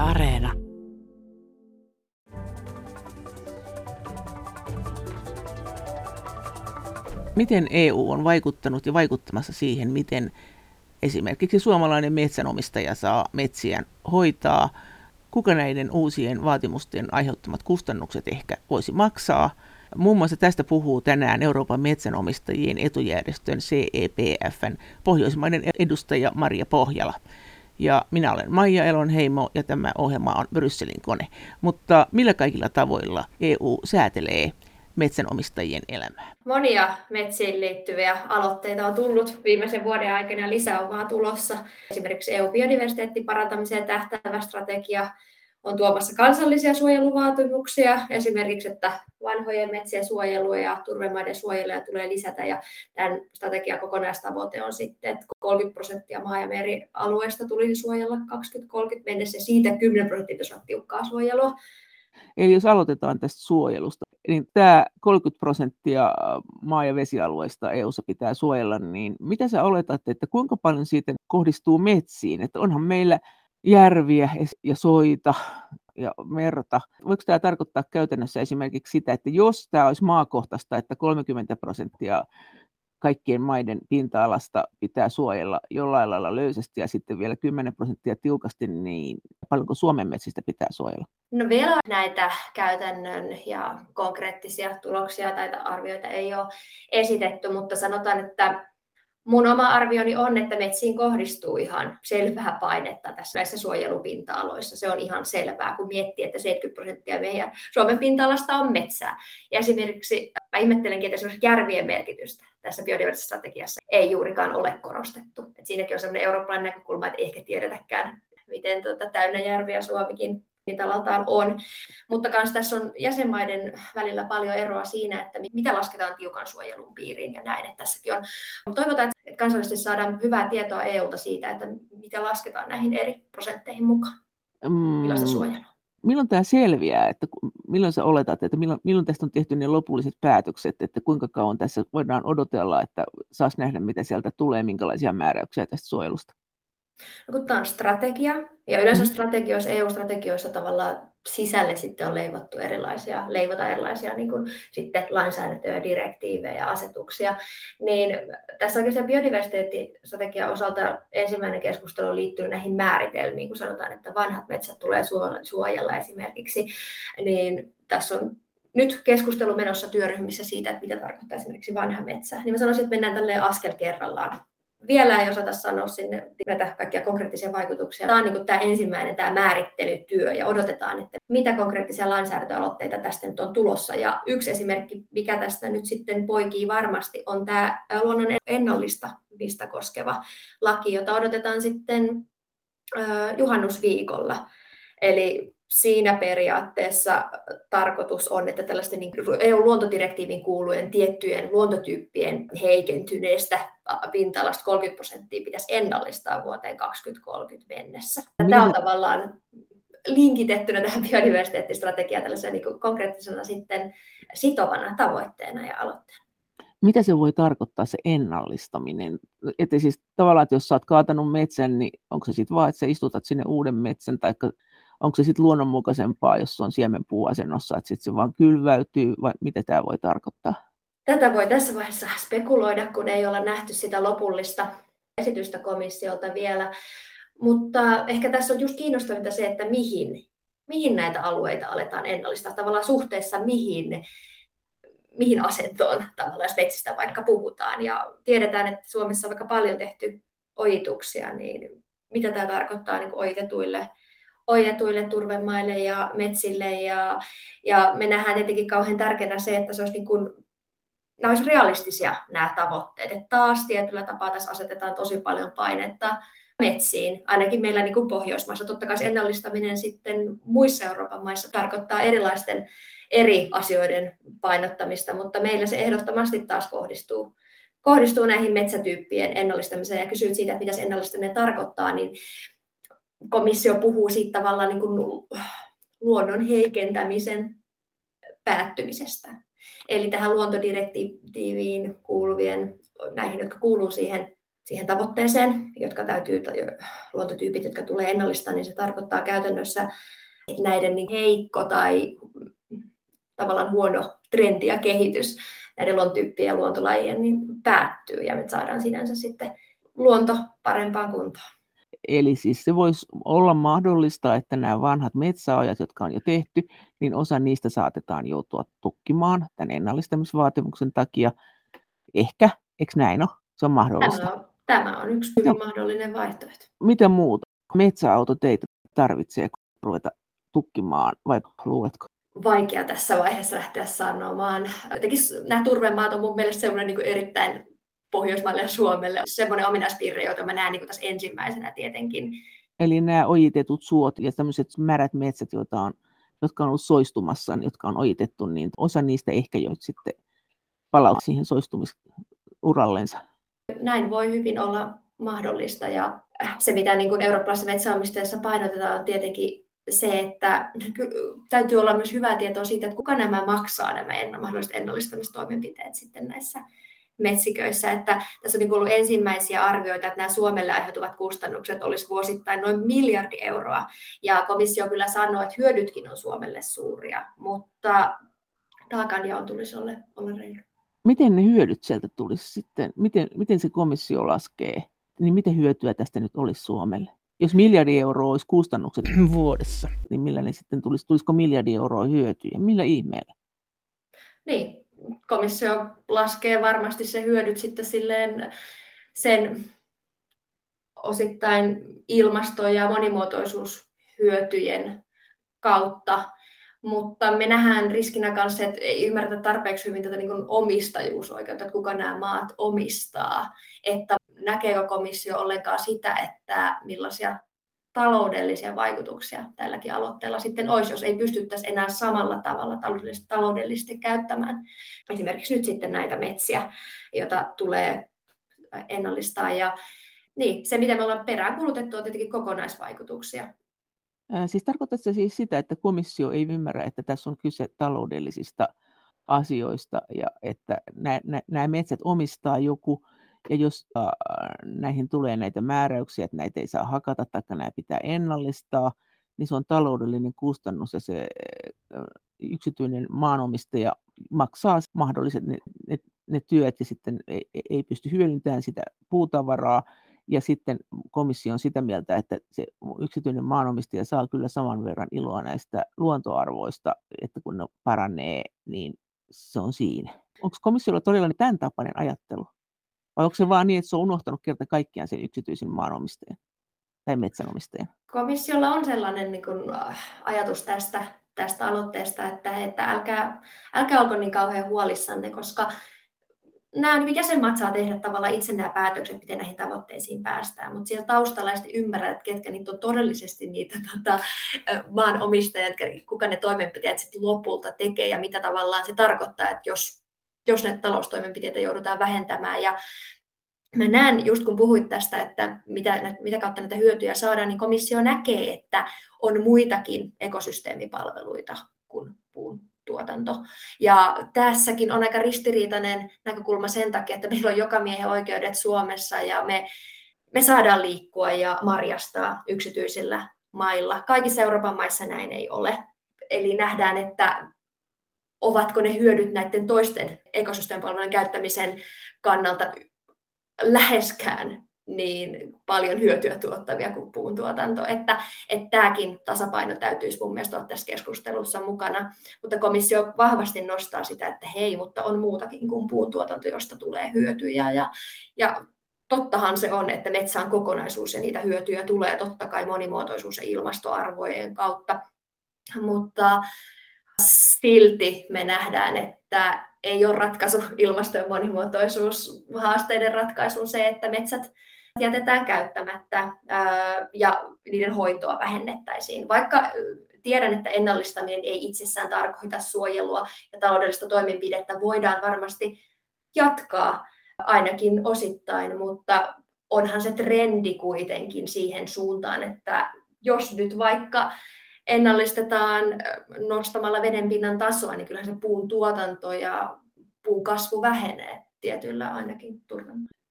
Areena. Miten EU on vaikuttanut ja vaikuttamassa siihen, miten esimerkiksi suomalainen metsänomistaja saa metsiään hoitaa, kuka näiden uusien vaatimusten aiheuttamat kustannukset ehkä voisi maksaa. Muun muassa tästä puhuu tänään Euroopan metsänomistajien etujärjestön CEPF:n pohjoismainen edustaja Maria Pohjala. Ja minä olen Maija Elonheimo ja tämä ohjelma on Brysselin kone. Mutta millä kaikilla tavoilla EU säätelee metsänomistajien elämää? Monia metsiin liittyviä aloitteita on tullut viimeisen vuoden aikana ja lisää on vaan tulossa. Esimerkiksi EU-biodiversiteetin parantamiseen tähtäävä strategia on tuomassa kansallisia suojeluvaatimuksia, esimerkiksi, että vanhojen metsien suojelua ja turvemaiden suojelua tulee lisätä. Ja tämän strategian kokonaistavoite on sitten, että 30% maa- ja merialueista tulisi suojella 2030 mennessä ja siitä 10% pitäisi olla tiukkaa suojelua. Eli jos aloitetaan tästä suojelusta, niin tämä 30% maa- ja vesialueista EU:ssa pitää suojella, niin mitä sä oletat, että kuinka paljon siitä kohdistuu metsiin? Että onhan meillä järviä ja soita ja merta. Voiko tämä tarkoittaa käytännössä esimerkiksi sitä, että jos tämä olisi maakohtaista, että 30% kaikkien maiden pinta-alasta pitää suojella jollain lailla löysästi ja sitten vielä 10% tiukasti, niin paljonko Suomen metsistä pitää suojella? No vielä näitä käytännön ja konkreettisia tuloksia tai arvioita ei ole esitetty, mutta sanotaan, että mun oma arvioni on, että metsiin kohdistuu ihan selvää painetta tässä näissä suojelupinta-aloissa. Se on ihan selvää, kun miettii, että 70% meidän Suomen pinta-alasta on metsää. Ja esimerkiksi mä ihmettelenkin, että esimerkiksi järvien merkitystä tässä biodiversiteettistrategiassa ei juurikaan ole korostettu. Et siinäkin on sellainen eurooppalainen näkökulma, että ehkä tiedetäkään, miten täynnä järviä Suomikin pinta-alaltaan on. Mutta myös tässä on jäsenmaiden välillä paljon eroa siinä, että mitä lasketaan tiukan suojelun piiriin ja näin. Että tässäkin on. Toivotaan, että kansallisesti saadaan hyvää tietoa EUlta siitä, että mitä lasketaan näihin eri prosentteihin mukaan. Millaista suojelua? Milloin tämä selviää, että milloin sä oletat, että milloin tästä on tehty ne lopulliset päätökset, että kuinka kauan tässä voidaan odotella, että saisi nähdä, mitä sieltä tulee, minkälaisia määräyksiä tästä suojelusta? No, kun tämä on strategia, ja yleensä strategioissa, EU-strategioissa tavallaan sisälle sitten on leivotaan erilaisia niin kuin sitten lainsäädäntöjä, direktiivejä ja asetuksia, niin tässä oikeastaan biodiversiteettistrategian osalta ensimmäinen keskustelu liittyy näihin määritelmiin, kun sanotaan, että vanhat metsät tulee suojella esimerkiksi, niin tässä on nyt keskustelu menossa työryhmissä siitä, että mitä tarkoittaa esimerkiksi vanha metsä, niin mä sanoisin, että mennään tälleen askel kerrallaan. Vielä ei osata sanoa sinne näitä kaikkia konkreettisia vaikutuksia. Tämä on niin kuin tämä ensimmäinen tämä määrittelytyö ja odotetaan, että mitä konkreettisia lainsäädäntöaloitteita tästä nyt on tulossa. Ja yksi esimerkki, mikä tästä nyt sitten poikii varmasti, on tämä luonnon ennallistamista koskeva laki, jota odotetaan sitten juhannusviikolla. Eli siinä periaatteessa tarkoitus on, että tällaisten EU-luontodirektiivin kuulujen tiettyjen luontotyyppien heikentyneestä pinta-alasta 30% pitäisi ennallistaa vuoteen 2030 mennessä. Tämä on tavallaan linkitettynä tähän biodiversiteettistrategiaan tällaisena niin konkreettisena sitten sitovana tavoitteena ja aloitteena. Mitä se voi tarkoittaa se ennallistaminen? Että siis tavallaan, että jos sä oot kaatanut metsän, niin onko se sitten vaan, että sä istutat sinne uuden metsän, tai onko se sitten luonnonmukaisempaa, jos se on siemenpuuasennossa, että sitten se vaan kylväytyy, vai mitä tämä voi tarkoittaa? Tätä voi tässä vaiheessa spekuloida, kun ei olla nähty sitä lopullista esitystä komissiolta vielä. Mutta ehkä tässä on just kiinnostavinta se, että mihin näitä alueita aletaan ennallistaa, tavallaan suhteessa mihin asentoon tavallaan metsistä vaikka puhutaan. Ja tiedetään, että Suomessa on vaikka paljon tehty ojituksia, niin mitä tämä tarkoittaa niin ojetuille turvemaille ja metsille. Ja me nähdään tietenkin kauhean tärkeänä se, että se olisi nämä olisi realistisia nämä tavoitteet. Että taas tietyllä tapaa tässä asetetaan tosi paljon painetta metsiin, ainakin meillä niin kuin Pohjoismaissa. Totta kai ennallistaminen sitten muissa Euroopan maissa tarkoittaa erilaisten eri asioiden painottamista, mutta meillä se ehdottomasti taas kohdistuu näihin metsätyyppien ennallistamiseen. Ja kysyit siitä, että mitä se ennallistaminen tarkoittaa, niin komissio puhuu siitä tavallaan niin kuin luonnon heikentämisen päättymisestä. Eli tähän luontodirektiiviin kuuluvien, näihin, jotka kuuluu siihen siihen tavoitteeseen, jotka täytyy, luontotyypit, jotka tulee ennallistaa, niin se tarkoittaa käytännössä näiden niin heikko tai tavallaan huono trendi ja kehitys näiden luontotyyppien ja luontolajien niin päättyy ja me saadaan sinänsä sitten luonto parempaan kuntoon. Eli siis se voisi olla mahdollista, että nämä vanhat metsäajat, jotka on jo tehty, niin osa niistä saatetaan joutua tukkimaan tämän ennallistamisvaatimuksen takia. Ehkä, eikö näin ole? Se on mahdollista. Tämä on yksi hyvin mahdollinen vaihtoehto. Mitä muuta metsäautoteitä tarvitsee ruveta tukkimaan, vai luuletko? Vaikea tässä vaiheessa lähteä sanomaan. Jotenkin nämä turvemaat on mun mielestä sellainen niin kuin erittäin Pohjoismaille ja Suomelle semmoinen ominaispiirre, jota mä näen niin kuin tässä ensimmäisenä tietenkin. Eli nämä ojitetut suot ja tämmöiset märät metsät, jotka on ollut soistumassa, jotka on ojitettu, niin osa niistä ehkä jo sitten palaa siihen soistumisurallensa. Näin voi hyvin olla mahdollista ja se, mitä niin kuin eurooppalaisessa metsäomistajassa painotetaan, on tietenkin se, että täytyy olla myös hyvää tietoa siitä, että kuka nämä maksaa, nämä mahdolliset ennallistamistoimenpiteet sitten näissä metsiköissä. Että tässä on niin ollut ensimmäisiä arvioita, että nämä Suomelle aiheutuvat kustannukset olisi vuosittain noin 1 miljardi euroa. Ja komissio kyllä sanoo, että hyödytkin on Suomelle suuria, mutta taakanjaon tulisi olla reilu. Miten ne hyödyt sieltä tulisi sitten? Miten se komissio laskee? Niin miten hyötyä tästä nyt olisi Suomelle? Jos 1 miljardi euroa olisi kustannukset vuodessa, niin millä ne sitten tulisi? Tulisiko 1 miljardi euroa hyötyä? Millä ihmeellä? Niin, komissio laskee varmasti se hyödyt sitten silleen sen osittain ilmasto- ja monimuotoisuushyötyjen kautta, mutta me nähdään riskinä kanssa, että ei ymmärretä tarpeeksi hyvin tätä niin kuin omistajuusoikeutta, että kuka nämä maat omistaa, että näkeekö komissio ollenkaan sitä, että millaisia taloudellisia vaikutuksia tälläkin aloitteella sitten olisi, jos ei pystyttäisi enää samalla tavalla taloudellisesti käyttämään esimerkiksi nyt sitten näitä metsiä, joita tulee ennallistaa. Ja niin, se, mitä me ollaan peräänkuulutettu, on tietenkin kokonaisvaikutuksia. Siis tarkoittaa se siis sitä, että komissio ei ymmärrä, että tässä on kyse taloudellisista asioista ja että nämä metsät omistaa joku, ja jos näihin tulee näitä määräyksiä, että näitä ei saa hakata tai nämä pitää ennallistaa, niin se on taloudellinen kustannus ja se yksityinen maanomistaja maksaa mahdolliset ne työt ja sitten ei pysty hyödyntämään sitä puutavaraa. Ja sitten komissio on sitä mieltä, että se yksityinen maanomistaja saa kyllä saman verran iloa näistä luontoarvoista, että kun ne paranee, niin se on siinä. Onko komissiolla todella tämän tapainen ajattelu? Vai onko se vaan niin, että se on unohtanut kerta kaikkiaan sen yksityisen maanomistajan tai metsänomistajan? Komissiolla on sellainen niin kuin ajatus tästä aloitteesta, että älkää olko niin kauhean huolissanne, koska nämä niin jäsenmaat saa tehdä tavallaan itse nämä päätökset, miten näihin tavoitteisiin päästään, mutta siellä taustalla ei sitten ymmärrä, että ketkä niitä on todellisesti niitä maanomistajat, kuka ne toimenpiteet sitten lopulta tekee ja mitä tavallaan se tarkoittaa, että jos näitä taloustoimenpiteitä joudutaan vähentämään. Ja mä näen, just kun puhuit tästä, että mitä kautta näitä hyötyjä saadaan, niin komissio näkee, että on muitakin ekosysteemipalveluita kuin puun tuotanto. Ja tässäkin on aika ristiriitainen näkökulma sen takia, että meillä on jokamiehen oikeudet Suomessa ja me saadaan liikkua ja marjastaa yksityisillä mailla. Kaikissa Euroopan maissa näin ei ole. Eli nähdään, että ovatko ne hyödyt näiden toisten ekosysteemipalvelujen käyttämisen kannalta läheskään niin paljon hyötyä tuottavia kuin puun tuotanto, että tämäkin tasapaino täytyisi mun mielestä olla tässä keskustelussa mukana, mutta komissio vahvasti nostaa sitä, että hei, mutta on muutakin kuin puun tuotanto, josta tulee hyötyjä ja tottahan se on, että metsä on kokonaisuus ja niitä hyötyjä tulee totta kai monimuotoisuus- ja ilmastoarvojen kautta, mutta silti me nähdään, että ei ole ratkaisu ilmasto- ja monimuotoisuushaasteiden ratkaisuun se, että metsät jätetään käyttämättä ja niiden hoitoa vähennettäisiin. Vaikka tiedän, että ennallistaminen ei itsessään tarkoita suojelua ja taloudellista toimenpidettä, voidaan varmasti jatkaa ainakin osittain, mutta onhan se trendi kuitenkin siihen suuntaan, että jos nyt vaikka ennallistetaan nostamalla vedenpinnan tasoa, niin kyllähän se puun tuotanto ja puun kasvu vähenee tietyllä ainakin turvalla.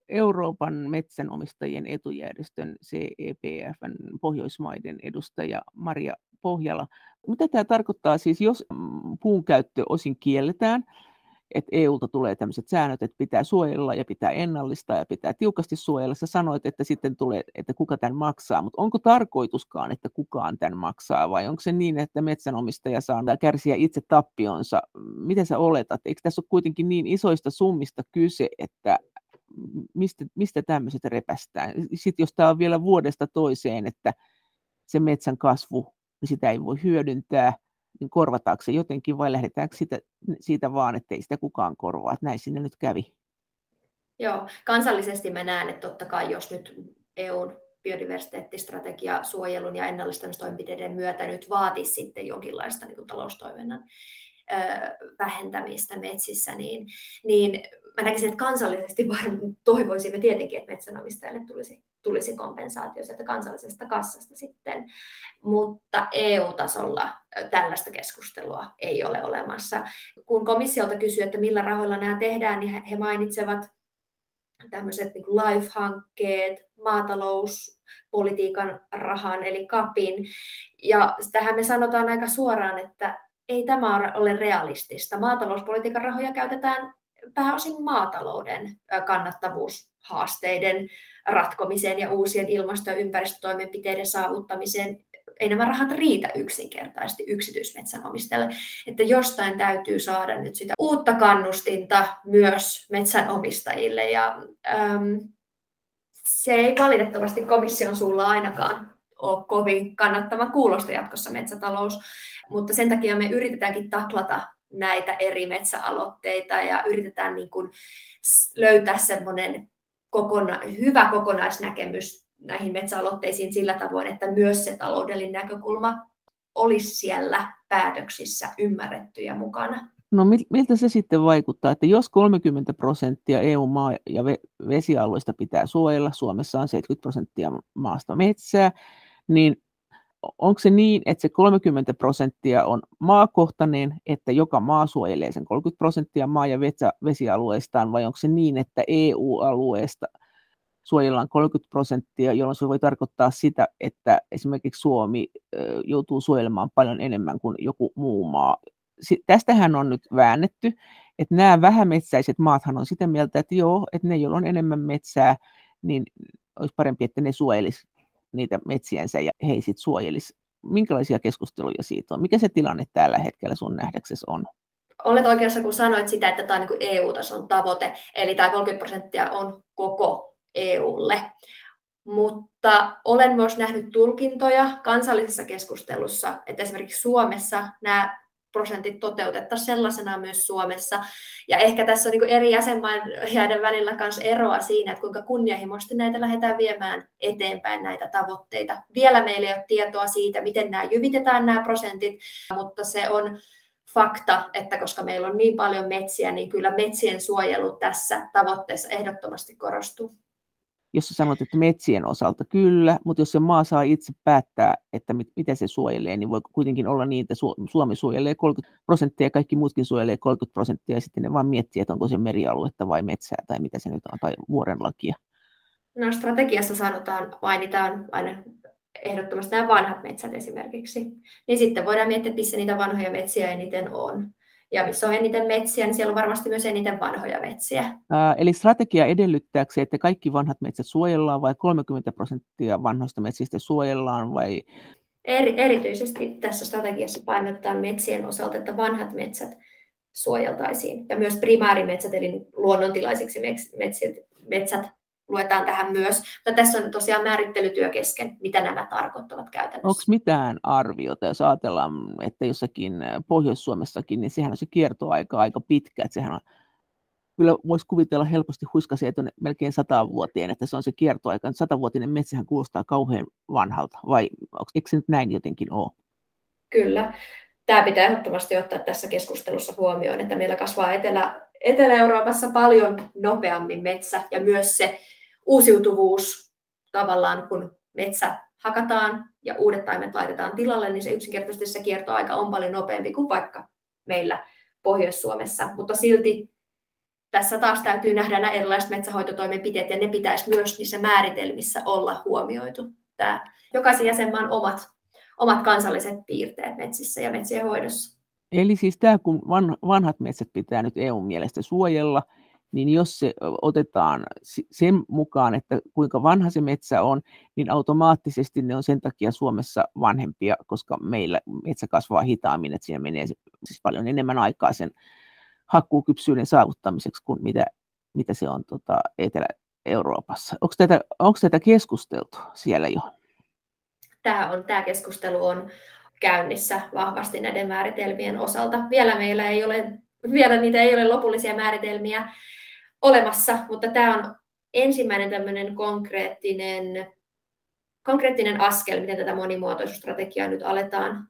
Euroopan metsänomistajien etujärjestön CEPF:n Pohjoismaiden edustaja Maria Pohjala. Mitä tämä tarkoittaa siis, jos puun käyttö osin kielletään, että EUlta tulee tämmöiset säännöt, että pitää suojella ja pitää ennallistaa ja pitää tiukasti suojella. Sä sanoit, että sitten tulee, että kuka tämän maksaa, mutta onko tarkoituskaan, että kukaan tämän maksaa vai onko se niin, että metsänomistaja saa kärsiä itse tappionsa? Miten sä oletat? Eikö tässä ole kuitenkin niin isoista summista kyse, että mistä tämmöiset repästään? Sitten jos tämä on vielä vuodesta toiseen, että se metsän kasvu, niin sitä ei voi hyödyntää, niin korvataanko se jotenkin vai lähdetäänkö siitä vaan, että ei sitä kukaan korvaa, että näin sinne nyt kävi? Joo, kansallisesti mä näen, että totta kai jos nyt EUn biodiversiteettistrategia suojelun ja ennallistamistoimenpiteiden myötä nyt vaatisi sitten jonkinlaista niin kuin taloustoiminnan vähentämistä metsissä, niin mä näkisin, että kansallisesti toivoisimme tietenkin, että metsänomistajille tulisi kompensaatio sieltä kansallisesta kassasta sitten, mutta EU-tasolla tällaista keskustelua ei ole olemassa. Kun komissiolta kysyy, että millä rahoilla nämä tehdään, niin he mainitsevat tämmöiset niin kuin LIFE-hankkeet, maatalouspolitiikan rahan eli CAPin, ja tähän me sanotaan aika suoraan, että ei tämä ole realistista. Maatalouspolitiikan rahoja käytetään pääosin maatalouden kannattavuushaasteiden ratkomiseen ja uusien ilmasto- ja ympäristötoimenpiteiden saavuttamiseen. Ei nämä rahat riitä yksinkertaisesti yksityismetsänomistajille, että jostain täytyy saada nyt sitä uutta kannustinta myös metsänomistajille. Ja se ei valitettavasti komission suulla ainakaan ole kovin kannattava kuulosta jatkossa metsätalous, mutta sen takia me yritetäänkin taklata näitä eri metsäaloitteita ja yritetään niin kuin löytää semmoinen hyvä kokonaisnäkemys näihin metsäaloitteisiin sillä tavoin, että myös se taloudellinen näkökulma olisi siellä päätöksissä ymmärretty ja mukana. No miltä se sitten vaikuttaa, että jos 30% EU-maa- ja vesialueista pitää suojella, Suomessa on 70% maasta metsää, niin onko se niin, että se 30% on maakohtainen, että joka maa suojelee sen 30% maa- ja vesialueistaan, vai onko se niin, että EU-alueesta suojellaan 30%, jolloin se voi tarkoittaa sitä, että esimerkiksi Suomi joutuu suojelemaan paljon enemmän kuin joku muu maa. Tästähän on nyt väännetty, että nämä vähämetsäiset maathan on sitä mieltä, että joo, että ne, joilla on enemmän metsää, niin olisi parempi, että ne suojelisi niitä metsiänsä ja he sitten suojelisi. Minkälaisia keskusteluja siitä on? Mikä se tilanne tällä hetkellä sun nähdäksesi on? Olet oikeassa, kun sanoit sitä, että tämä on niin EU-tason tavoite, eli tämä 30% on koko EUlle. Mutta olen myös nähnyt tulkintoja kansallisessa keskustelussa, että esimerkiksi Suomessa nämä prosentit toteutettaisiin sellaisena myös Suomessa. Ja ehkä tässä on niin eri jäsenmaiden välillä myös eroa siinä, että kuinka kunnianhimoisesti näitä lähdetään viemään eteenpäin näitä tavoitteita. Vielä meillä ei ole tietoa siitä, miten nämä jyvitetään nämä prosentit, mutta se on fakta, että koska meillä on niin paljon metsiä, niin kyllä metsien suojelu tässä tavoitteessa ehdottomasti korostuu. Jos sä sanot, että metsien osalta kyllä, mutta jos se maa saa itse päättää, että mitä se suojelee, niin voi kuitenkin olla niin, että Suomi suojelee 30% ja kaikki muutkin suojelee 30% ja sitten ne vaan miettii, että onko se merialuetta vai metsää tai mitä se nyt on, tai vuorenlakia. No strategiassa mainitaan aina ehdottomasti nämä vanhat metsät esimerkiksi. Niin sitten voidaan miettiä, missä niitä vanhoja metsiä eniten on. Ja missä on eniten metsiä, niin siellä on varmasti myös eniten vanhoja metsiä. Eli strategia edellyttääkö se, että kaikki vanhat metsät suojellaan vai 30% vanhoista metsistä suojellaan? Vai? Erityisesti tässä strategiassa painotetaan metsien osalta, että vanhat metsät suojeltaisiin. Ja myös primäärimetsät, eli luonnontilaisiksi metsät luetaan tähän myös. Mutta tässä on tosiaan määrittelytyö kesken, mitä nämä tarkoittavat käytännössä. Onko mitään arviota, jos ajatellaan, että jossakin Pohjois-Suomessakin, niin sehän on se kiertoaika aika pitkä, että sehän on, kyllä voisi kuvitella helposti huiskasee tuonne melkein 100-vuoteen, että se on se kiertoaika, 100-vuotinen metsähän kuulostaa kauhean vanhalta, vai eikö se nyt näin jotenkin ole? Kyllä. Tämä pitää ehdottomasti ottaa tässä keskustelussa huomioon, että meillä kasvaa Etelä-Euroopassa paljon nopeammin metsä ja myös se uusiutuvuus tavallaan, kun metsä hakataan ja uudet taimet laitetaan tilalle, niin se yksinkertaisesti se kiertoaika on paljon nopeampi kuin vaikka meillä Pohjois-Suomessa, mutta silti tässä taas täytyy nähdä nämä erilaiset metsänhoitotoimenpiteet, ja ne pitäisi myös niissä määritelmissä olla huomioitu. Jokaisen jäsenmaan omat kansalliset piirteet metsissä ja metsien hoidossa. Eli siis tämä, kun vanhat metsät pitää nyt EUn mielestä suojella, niin jos se otetaan sen mukaan, että kuinka vanha se metsä on, niin automaattisesti ne on sen takia Suomessa vanhempia, koska meillä metsä kasvaa hitaammin, että siinä menee siis paljon enemmän aikaa sen hakkuukypsyyden saavuttamiseksi kuin mitä se on Etelä-Euroopassa. Onko tätä keskusteltu siellä jo? Tämä keskustelu on käynnissä vahvasti näiden määritelmien osalta. Vielä niitä ei ole lopullisia määritelmiä olemassa, mutta tämä on ensimmäinen tämmöinen konkreettinen askel, miten tätä monimuotoisuusstrategiaa nyt aletaan,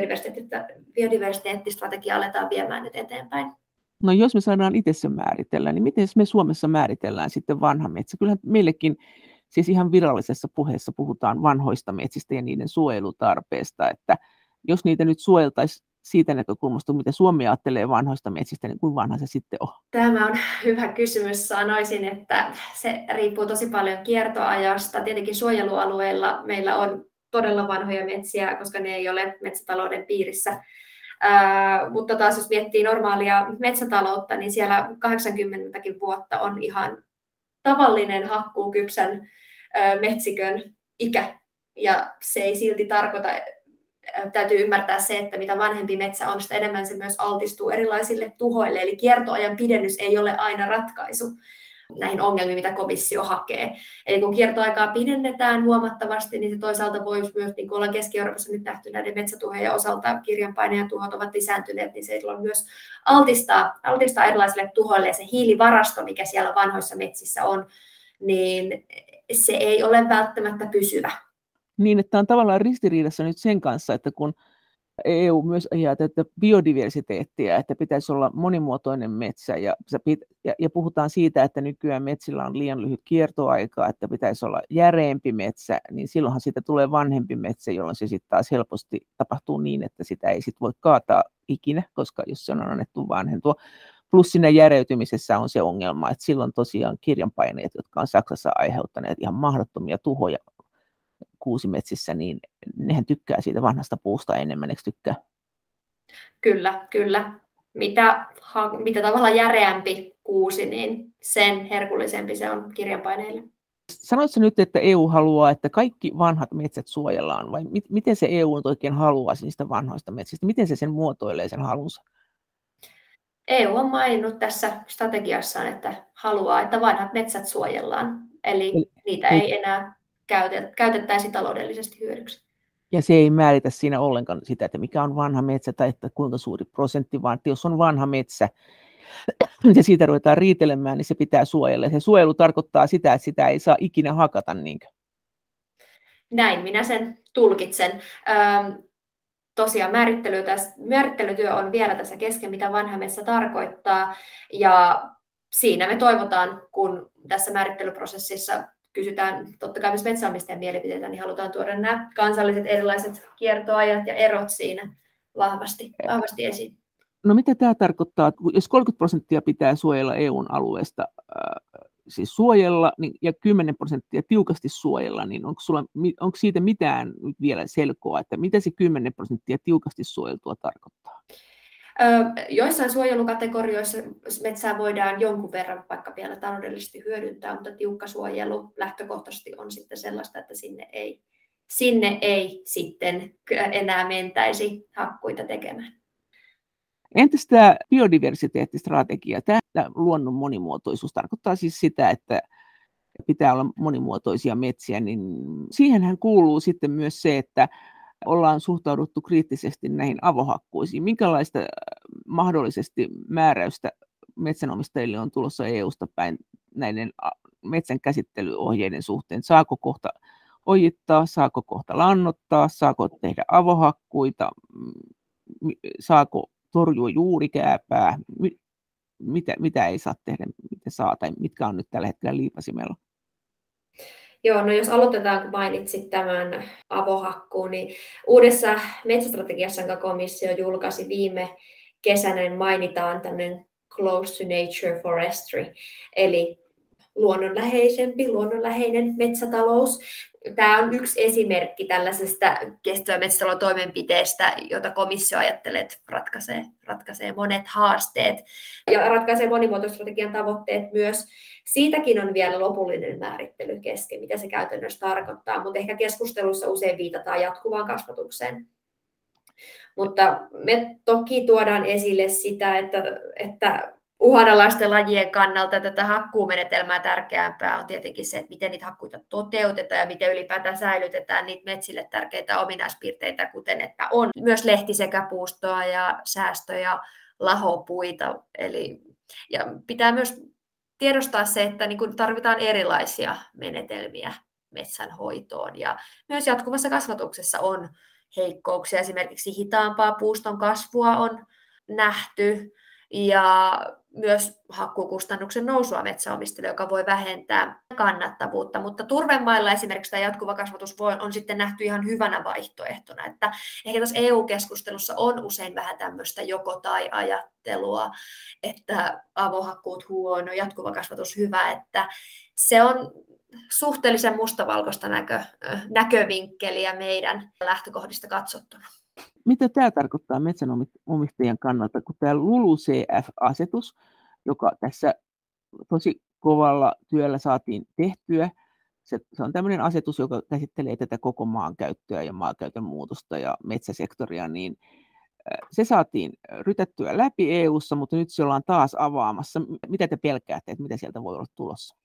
biodiversiteettistrategiaa aletaan viemään nyt eteenpäin. No jos me saadaan itse se määritellä, niin miten me Suomessa määritellään sitten vanha metsä? Kyllähän meillekin siis ihan virallisessa puheessa puhutaan vanhoista metsistä ja niiden suojelutarpeesta, että jos niitä nyt suojeltaisiin siitä näkökulmasta, mitä Suomi ajattelee vanhoista metsistä, niin kuinka vanha se sitten on? Tämä on hyvä kysymys. Sanoisin, että se riippuu tosi paljon kiertoajasta. Tietenkin suojelualueilla meillä on todella vanhoja metsiä, koska ne ei ole metsätalouden piirissä. Mutta taas jos miettii normaalia metsätaloutta, niin siellä 80 vuotta on ihan tavallinen hakkuukypsän metsikön ikä. Ja se ei silti tarkoita, täytyy ymmärtää se, että mitä vanhempi metsä on, sitä enemmän se myös altistuu erilaisille tuhoille. Eli kiertoajan pidennys ei ole aina ratkaisu näihin ongelmiin, mitä komissio hakee. Eli kun kiertoaikaa pidennetään huomattavasti, niin se toisaalta voi myös, niin kuin ollaan Keski-Euroopassa nyt nähty näiden metsätuhojen osalta, kirjanpainajatuhot ovat lisääntyneet, niin se silloin myös altistaa erilaisille tuhoille. Ja se hiilivarasto, mikä siellä vanhoissa metsissä on, niin se ei ole välttämättä pysyvä. Niin, että on tavallaan ristiriidassa nyt sen kanssa, että kun EU myös ajaa tätä biodiversiteettiä, että pitäisi olla monimuotoinen metsä ja puhutaan siitä, että nykyään metsillä on liian lyhyt kiertoaika, että pitäisi olla järeempi metsä, niin silloinhan siitä tulee vanhempi metsä, jolloin se sitten taas helposti tapahtuu niin, että sitä ei sitten voi kaataa ikinä, koska jos se on annettu vanhentua. Plus siinä järeytymisessä on se ongelma, että silloin tosiaan kirjanpaineet, jotka on Saksassa aiheuttaneet ihan mahdottomia tuhoja kuusimetsissä, niin nehän tykkää siitä vanhasta puusta enemmän, eikö tykkää? Kyllä. Mitä tavallaan järeämpi kuusi, niin sen herkullisempi se on kirjanpaineille. Sanoitko nyt, että EU haluaa, että kaikki vanhat metsät suojellaan, vai miten se EU oikein haluaa niistä vanhoista metsistä? Miten se sen muotoilee sen halunsa? EU on maininnut tässä strategiassaan, että haluaa, että vanhat metsät suojellaan. Eli niitä ei enää käytettäisiin taloudellisesti hyödyksi. Ja se ei määritä siinä ollenkaan sitä, että mikä on vanha metsä tai että kuinka suuri prosentti, vaan että jos on vanha metsä ja siitä ruvetaan riitelemään, niin se pitää suojella. Se suojelu tarkoittaa sitä, että sitä ei saa ikinä hakata. Niinkö? Näin minä sen tulkitsen. Tosiaan määrittelytyö on vielä tässä kesken, mitä vanha metsä tarkoittaa. Ja siinä me toivotaan, kun tässä määrittelyprosessissa kysytään totta kai myös metsänomistajan mielipiteitä, niin halutaan tuoda nämä kansalliset erilaiset kiertoajat ja erot siinä vahvasti esiin. No mitä tämä tarkoittaa, jos 30% pitää suojella EUn alueesta, siis suojella ja 10% tiukasti suojella, niin onko siitä mitään vielä selkoa, että mitä se 10% tiukasti suojeltua tarkoittaa? Joissain suojelukategorioissa metsää voidaan jonkun verran vaikka vielä taloudellisesti hyödyntää, mutta tiukka suojelu lähtökohtaisesti on sitten sellaista, että sinne ei sitten enää mentäisi hakkuita tekemään. Entäs tämä biodiversiteettistrategia? Tämä luonnon monimuotoisuus tarkoittaa siis sitä, että pitää olla monimuotoisia metsiä, niin siihenhän kuuluu sitten myös se, että ollaan suhtauduttu kriittisesti näihin avohakkuisiin. Minkälaista mahdollisesti määräystä metsänomistajille on tulossa EUsta päin näiden metsän käsittelyohjeiden suhteen? Saako kohta ojittaa, saako kohta lannottaa, saako tehdä avohakkuita, saako torjua juurikääpää, mitä ei saa tehdä, mitä saa tai mitkä on nyt tällä hetkellä liipasimella? Joo, no jos aloitetaan, kun mainitsit tämän avohakkuun, niin uudessa metsästrategiassa, jonka komissio julkaisi viime kesänä, mainitaan tämmöinen close to nature forestry, eli luonnonläheinen metsätalous. Tämä on yksi esimerkki tällaisesta kestävän metsätalouden toimenpiteestä, jota komissio ajattelee, että ratkaisee monet haasteet ja ratkaisee monimuotoistrategian tavoitteet myös. Siitäkin on vielä lopullinen määrittely kesken, mitä se käytännössä tarkoittaa, mutta ehkä keskustelussa usein viitataan jatkuvaan kasvatukseen. Mutta me toki tuodaan esille sitä, että uhanalaisten lajien kannalta tätä hakkuumenetelmää tärkeämpää on tietenkin se, että miten niitä hakkuita toteutetaan ja miten ylipäätään säilytetään niitä metsille tärkeitä ominaispiirteitä, kuten että on myös lehtisekäpuustoa ja säästö- ja lahopuita. Ja pitää myös tiedostaa se, että niin tarvitaan erilaisia menetelmiä metsänhoitoon ja myös jatkuvassa kasvatuksessa on heikkouksia. Esimerkiksi hitaampaa puuston kasvua on nähty ja myös hakkuukustannuksen nousua metsäomistajille, joka voi vähentää kannattavuutta. Mutta turvemailla esimerkiksi tämä jatkuva kasvatus on sitten nähty ihan hyvänä vaihtoehtona. Että ehkä tässä EU-keskustelussa on usein vähän tämmöistä joko-tai-ajattelua, että avohakkuut huono, jatkuva kasvatus hyvä, että se on suhteellisen mustavalkoista näkövinkkeliä meidän lähtökohdista katsottuna. Mitä tämä tarkoittaa metsänomistajien kannalta, kun tämä LULUCF-asetus, joka tässä tosi kovalla työllä saatiin tehtyä, se on tämmöinen asetus, joka käsittelee tätä koko maankäyttöä ja maankäytön muutosta ja metsäsektoria, niin se saatiin rytettyä läpi EU:ssa, mutta nyt se ollaan taas avaamassa. Mitä te pelkäätte, että mitä sieltä voi olla tulossa?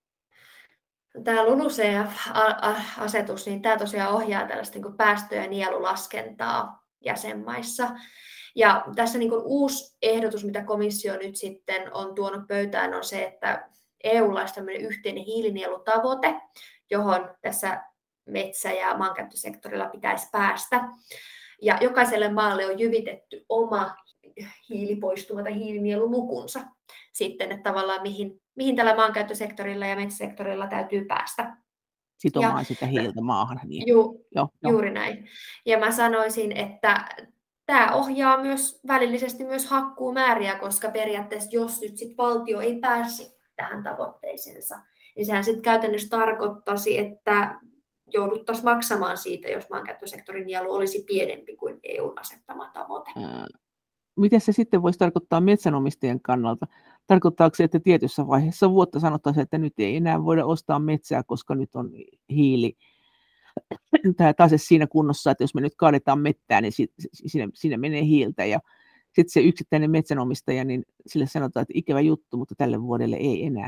Tämä LULUCF-asetus, niin tämä tosiaan ohjaa tällaista niin kuin päästö- ja nielulaskentaa jäsenmaissa. Ja tässä niin kuin uusi ehdotus, mitä komissio nyt sitten on tuonut pöytään, on se, että EU:lla olisi tämmöinen yhteinen hiilinielutavoite, johon tässä metsä- ja maankäyttösektorilla pitäisi päästä. Ja jokaiselle maalle on jyvitetty oma hiilipoistuma tai hiilinielulukunsa sitten, että tavallaan mihin tällä maankäyttösektorilla ja metsäsektorilla täytyy päästä. Sitomaan sitä hiiltä maahan. Niin. Juuri näin. Ja mä sanoisin, että tämä ohjaa myös välillisesti myös hakkuumääriä, koska periaatteessa jos nyt sit valtio ei pääse tähän tavoitteeseensa, niin sehän sitten käytännössä tarkoittaisi, että jouduttaisiin maksamaan siitä, jos maankäyttösektorin nielu olisi pienempi kuin EU:n asettama tavoite. Miten se sitten voisi tarkoittaa metsänomistajien kannalta? Tarkoittaako se, että tietyssä vaiheessa vuotta sanottaisiin, että nyt ei enää voida ostaa metsää, koska nyt on hiili tämä tase siinä kunnossa, että jos me nyt kaadetaan mettää, niin siinä menee hiiltä. Ja sitten se yksittäinen metsänomistaja, niin sille sanotaan, että ikävä juttu, mutta tälle vuodelle ei enää.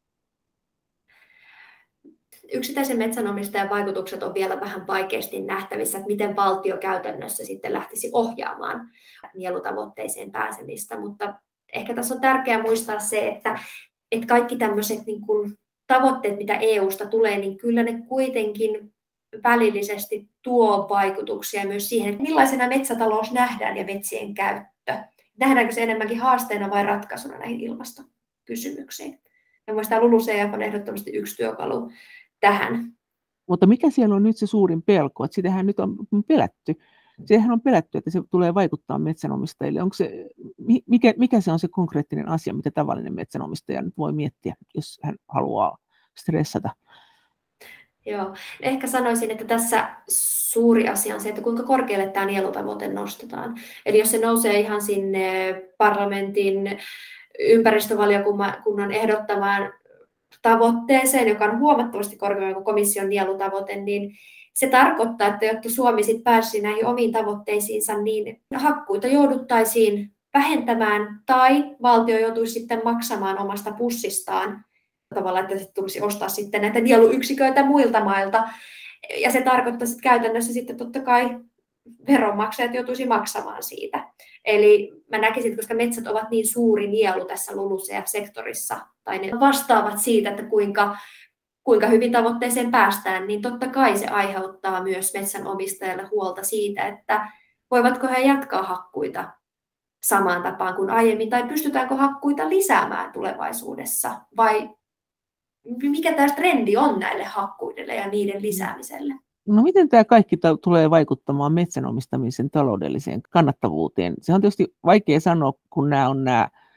Yksittäisen metsänomistajan vaikutukset on vielä vähän vaikeasti nähtävissä, että miten valtio käytännössä sitten lähtisi ohjaamaan nielutavoitteeseen pääsemistä, mutta ehkä tässä on tärkeää muistaa se, että kaikki tämmöiset niin kuin tavoitteet, mitä EU:sta tulee, niin kyllä ne kuitenkin välillisesti tuo vaikutuksia myös siihen, että millaisena metsätalous nähdään ja metsien käyttö. Nähdäänkö se enemmänkin haasteena vai ratkaisuna näihin ilmastokysymyksiin? Ja mielestäni LULUCF on ehdottomasti yksi työkalu tähän. Mutta mikä siellä on nyt se suurin pelko? Että sitähän nyt on pelätty. Sehän on pelätty, että se tulee vaikuttaa metsänomistajille. Onko se, mikä se on se konkreettinen asia, mitä tavallinen metsänomistaja nyt voi miettiä, jos hän haluaa stressata? Joo, ehkä sanoisin, että tässä suuri asia on se, että kuinka korkealle tämä nielutavoite nostetaan. Eli jos se nousee ihan sinne parlamentin ympäristövaliokunnan ehdottamaan tavoitteeseen, joka on huomattavasti korkeampi kuin komission nielutavoite, niin se tarkoittaa, että jotta Suomi sitten pääsisi näihin omiin tavoitteisiinsa, niin hakkuita jouduttaisiin vähentämään tai valtio joutuisi sitten maksamaan omasta pussistaan tavallaan, että se tulisi ostaa sitten näitä nieluyksiköitä muilta mailta. Ja se tarkoittaa sitten käytännössä sitten totta kai veronmaksajat joutuisi maksamaan siitä. Eli mä näkisin, että koska metsät ovat niin suuri nielu tässä LULUCF-sektorissa, tai ne vastaavat siitä, että kuinka hyvin tavoitteeseen päästään, niin totta kai se aiheuttaa myös metsänomistajalle huolta siitä, että voivatko he jatkaa hakkuita samaan tapaan kuin aiemmin, tai pystytäänkö hakkuita lisäämään tulevaisuudessa, vai mikä tämä trendi on näille hakkuille ja niiden lisäämiselle? No miten tämä kaikki tulee vaikuttamaan metsänomistamisen taloudelliseen kannattavuuteen? Se on tietysti vaikea sanoa, kun nämä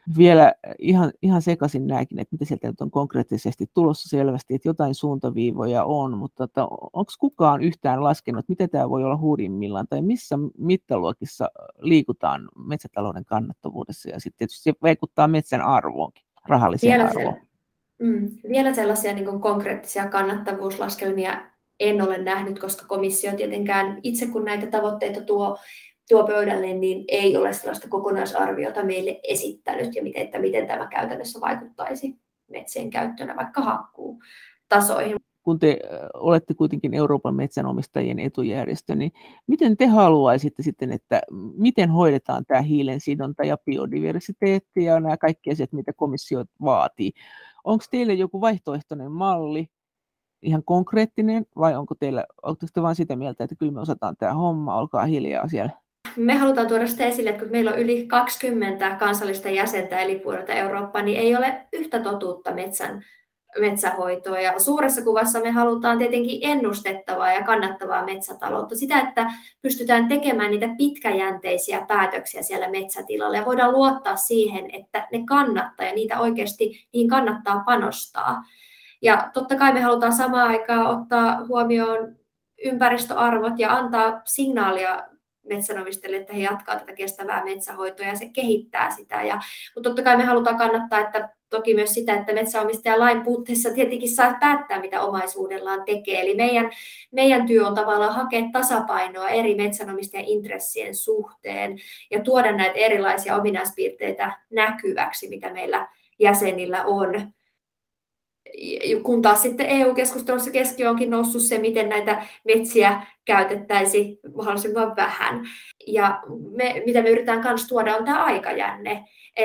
Vielä ihan sekaisin nämäkin, että mitä sieltä nyt on konkreettisesti tulossa selvästi, että jotain suuntaviivoja on, mutta onko kukaan yhtään laskenut, että mitä tämä voi olla hurjimmillaan, tai missä mittaluokissa liikutaan metsätalouden kannattavuudessa, ja sitten tietysti se vaikuttaa metsän arvoonkin, rahalliseen arvoon. Vielä sellaisia niin kuin konkreettisia kannattavuuslaskelmia en ole nähnyt, koska komissio tietenkään itse kun näitä tavoitteita tuo pöydälle, niin ei ole sellaista kokonaisarviota meille esittänyt ja miten tämä käytännössä vaikuttaisi metsien käyttöön vaikka hakkuutasoihin. Kun te olette kuitenkin Euroopan metsänomistajien etujärjestö, niin miten te haluaisitte sitten, että miten hoidetaan tämä hiilensidonta ja biodiversiteetti ja nämä kaikki asiat, mitä komissio vaatii? Onko teille joku vaihtoehtoinen malli, ihan konkreettinen, vai onko te vain sitä mieltä, että kyllä me osataan tämä homma, olkaa hiljaa siellä? Me halutaan tuoda sitä esille, että kun meillä on yli 20 kansallista jäsentä eli puolelta Eurooppaa, niin ei ole yhtä totuutta metsähoitoa. Ja suuressa kuvassa me halutaan tietenkin ennustettavaa ja kannattavaa metsätaloutta. Sitä, että pystytään tekemään niitä pitkäjänteisiä päätöksiä siellä metsätilalla ja voidaan luottaa siihen, että ne kannattaa ja niihin kannattaa panostaa. Ja totta kai me halutaan samaan aikaan ottaa huomioon ympäristöarvot ja antaa signaalia metsänomistajille, että he jatkaa tätä kestävää metsähoitoa ja se kehittää sitä. Mutta totta kai me halutaan kannattaa, että toki myös sitä, että metsänomistaja lain puutteessa tietenkin saa päättää, mitä omaisuudellaan tekee. Eli meidän työ on tavallaan hakea tasapainoa eri metsänomistajan intressien suhteen ja tuoda näitä erilaisia ominaispiirteitä näkyväksi, mitä meillä jäsenillä on. Kun taas sitten EU-keskustelussa keskiöön onkin noussut se, miten näitä metsiä käytettäisiin mahdollisimman vähän. Ja mitä me yritetään myös tuoda, on tämä aikajänne.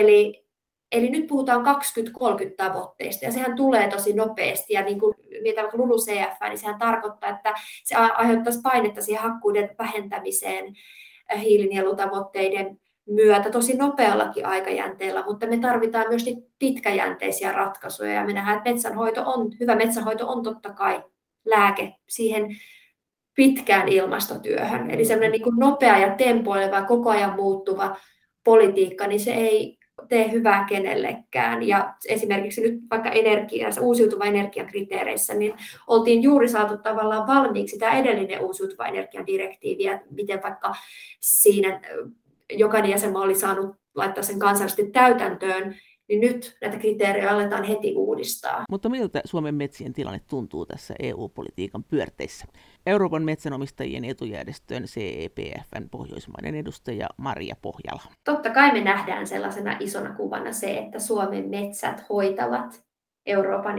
Eli nyt puhutaan 2030 tavoitteista, ja sehän tulee tosi nopeasti. Ja niin kuin mietitään vaikka LULUCF, niin sehän tarkoittaa, että se aiheuttaisi painetta siihen hakkuiden vähentämiseen hiilinielutavoitteiden myötä tosi nopeallakin aikajänteellä, mutta me tarvitaan myös niitä pitkäjänteisiä ratkaisuja ja me nähdään, että hyvä metsänhoito on totta kai lääke siihen pitkään ilmastotyöhön. Eli semmoinen niin kuin nopea ja tempoileva, koko ajan muuttuva politiikka, niin se ei tee hyvää kenellekään. Ja esimerkiksi nyt vaikka uusiutuvan energian kriteereissä, niin oltiin juuri saatu tavallaan valmiiksi tämä edellinen uusiutuvan energian direktiivi, ja miten vaikka siinä jokainen jäsenmaa oli saanut laittaa sen kansallisesti täytäntöön, niin nyt näitä kriteerejä aletaan heti uudistaa. Mutta miltä Suomen metsien tilanne tuntuu tässä EU-politiikan pyörteissä? Euroopan metsänomistajien etujärjestön CEPF:n pohjoismainen edustaja Maria Pohjala. Totta kai me nähdään sellaisena isona kuvana se, että Suomen metsät hoitavat Euroopan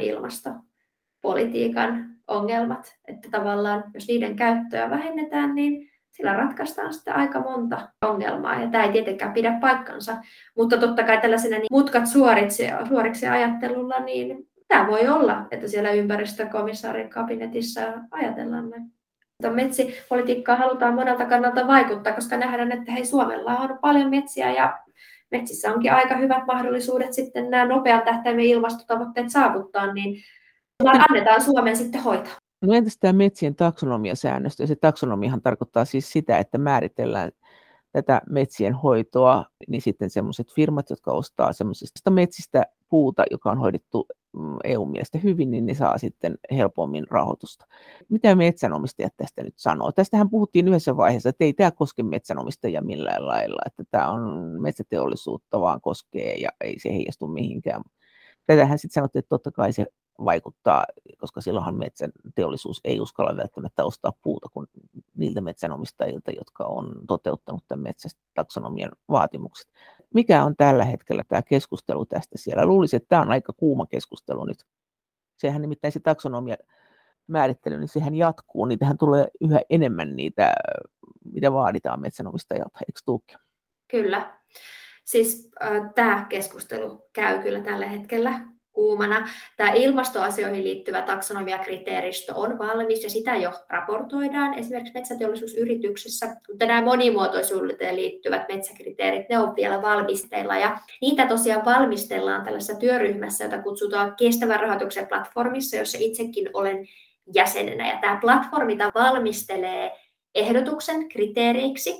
ilmastopolitiikan ongelmat. Että tavallaan, jos niiden käyttöä vähennetään, niin sillä ratkaistaan sitten aika monta ongelmaa, ja tämä ei tietenkään pidä paikkansa. Mutta totta kai tällaisena mutkat suoriksi ajattelulla, niin tämä voi olla, että siellä ympäristökomissaarin kabinetissa ajatellaan näin. Metsipolitiikkaa halutaan monelta kannalta vaikuttaa, koska nähdään, että hei, Suomella on paljon metsiä, ja metsissä onkin aika hyvät mahdollisuudet sitten nämä nopean tähtäimen ilmastotavoitteet saavuttaa, niin annetaan Suomen sitten hoitaa. No entäs tämä metsien taksonomiasäännöstö? Ja se taksonomiahan tarkoittaa siis sitä, että määritellään tätä metsien hoitoa, niin sitten sellaiset firmat, jotka ostaa semmoisista metsistä puuta, joka on hoidettu EU-mielestä hyvin, niin ne saa sitten helpommin rahoitusta. Mitä metsänomistajat tästä nyt sanoo? Tästähän puhuttiin yhdessä vaiheessa, että ei tämä koske metsänomistajia millään lailla, että tämä on metsäteollisuutta vaan koskee ja ei se heijastu mihinkään. Tätähän sitten sanottiin, että totta kai se vaikuttaa, koska silloinhan metsäteollisuus ei uskalla välttämättä ostaa puuta kuin niiltä metsänomistajilta, jotka on toteuttanut tämän metsätaksonomian vaatimukset. Mikä on tällä hetkellä tämä keskustelu tästä siellä? Luulisin, että tämä on aika kuuma keskustelu nyt. Sehän nimittäin se taksonomian määrittely, niin sehän jatkuu. Niitähän tulee yhä enemmän niitä, mitä vaaditaan metsänomistajalta, eikö tuukin? Kyllä. Siis tämä keskustelu käy kyllä tällä hetkellä kuumana. Tämä ilmastoasioihin liittyvä taksonomiakriteeristö on valmis ja sitä jo raportoidaan esimerkiksi metsäteollisuusyrityksissä, mutta nämä monimuotoisuuteen liittyvät metsäkriteerit, ne on vielä valmisteilla ja niitä tosiaan valmistellaan tällaisessa työryhmässä, jota kutsutaan kestävän rahoituksen platformissa, jossa itsekin olen jäsenenä ja tämä platformi valmistelee ehdotuksen kriteereiksi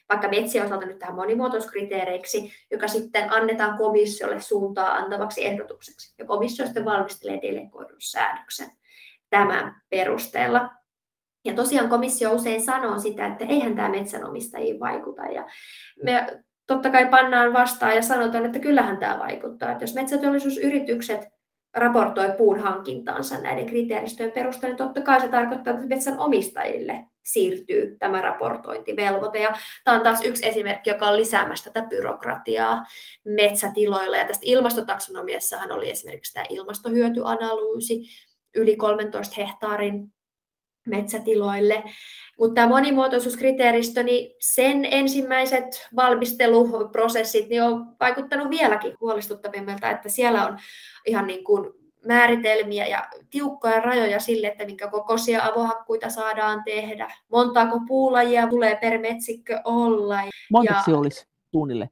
vaikka metsien osalta nyt tähän monimuotoisuuskriteereiksi, joka sitten annetaan komissiolle suuntaa antavaksi ehdotukseksi. Ja komissio sitten valmistelee delegoidun säädöksen tämän perusteella. Ja tosiaan komissio usein sanoo sitä, että eihän tämä metsänomistajiin vaikuta. Ja me totta kai pannaan vastaan ja sanotaan, että kyllähän tämä vaikuttaa. Että jos metsäteollisuusyritykset raportoi puun hankintaansa näiden kriteeristöjen perusteella, niin totta kai se tarkoittaa, että metsän omistajille siirtyy tämä raportointivelvoite. Ja tämä on taas yksi esimerkki, joka on lisäämässä tätä byrokratiaa metsätiloilla. Ja tästä ilmastotaksonomiassahan oli esimerkiksi tämä ilmastohyötyanalyysi yli 13 hehtaarin metsätiloille. Mutta tämä monimuotoisuuskriteeristö, niin sen ensimmäiset valmisteluprosessit niin on vaikuttanut vieläkin huolestuttavimmilta, että siellä on ihan niin kuin määritelmiä ja tiukkoja rajoja sille, että minkä kokoisia avohakkuita saadaan tehdä, montaako puulajia tulee per metsikkö olla. Montako se olisi suunnilleen?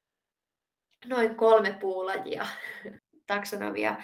Noin 3 puulajia taksonomia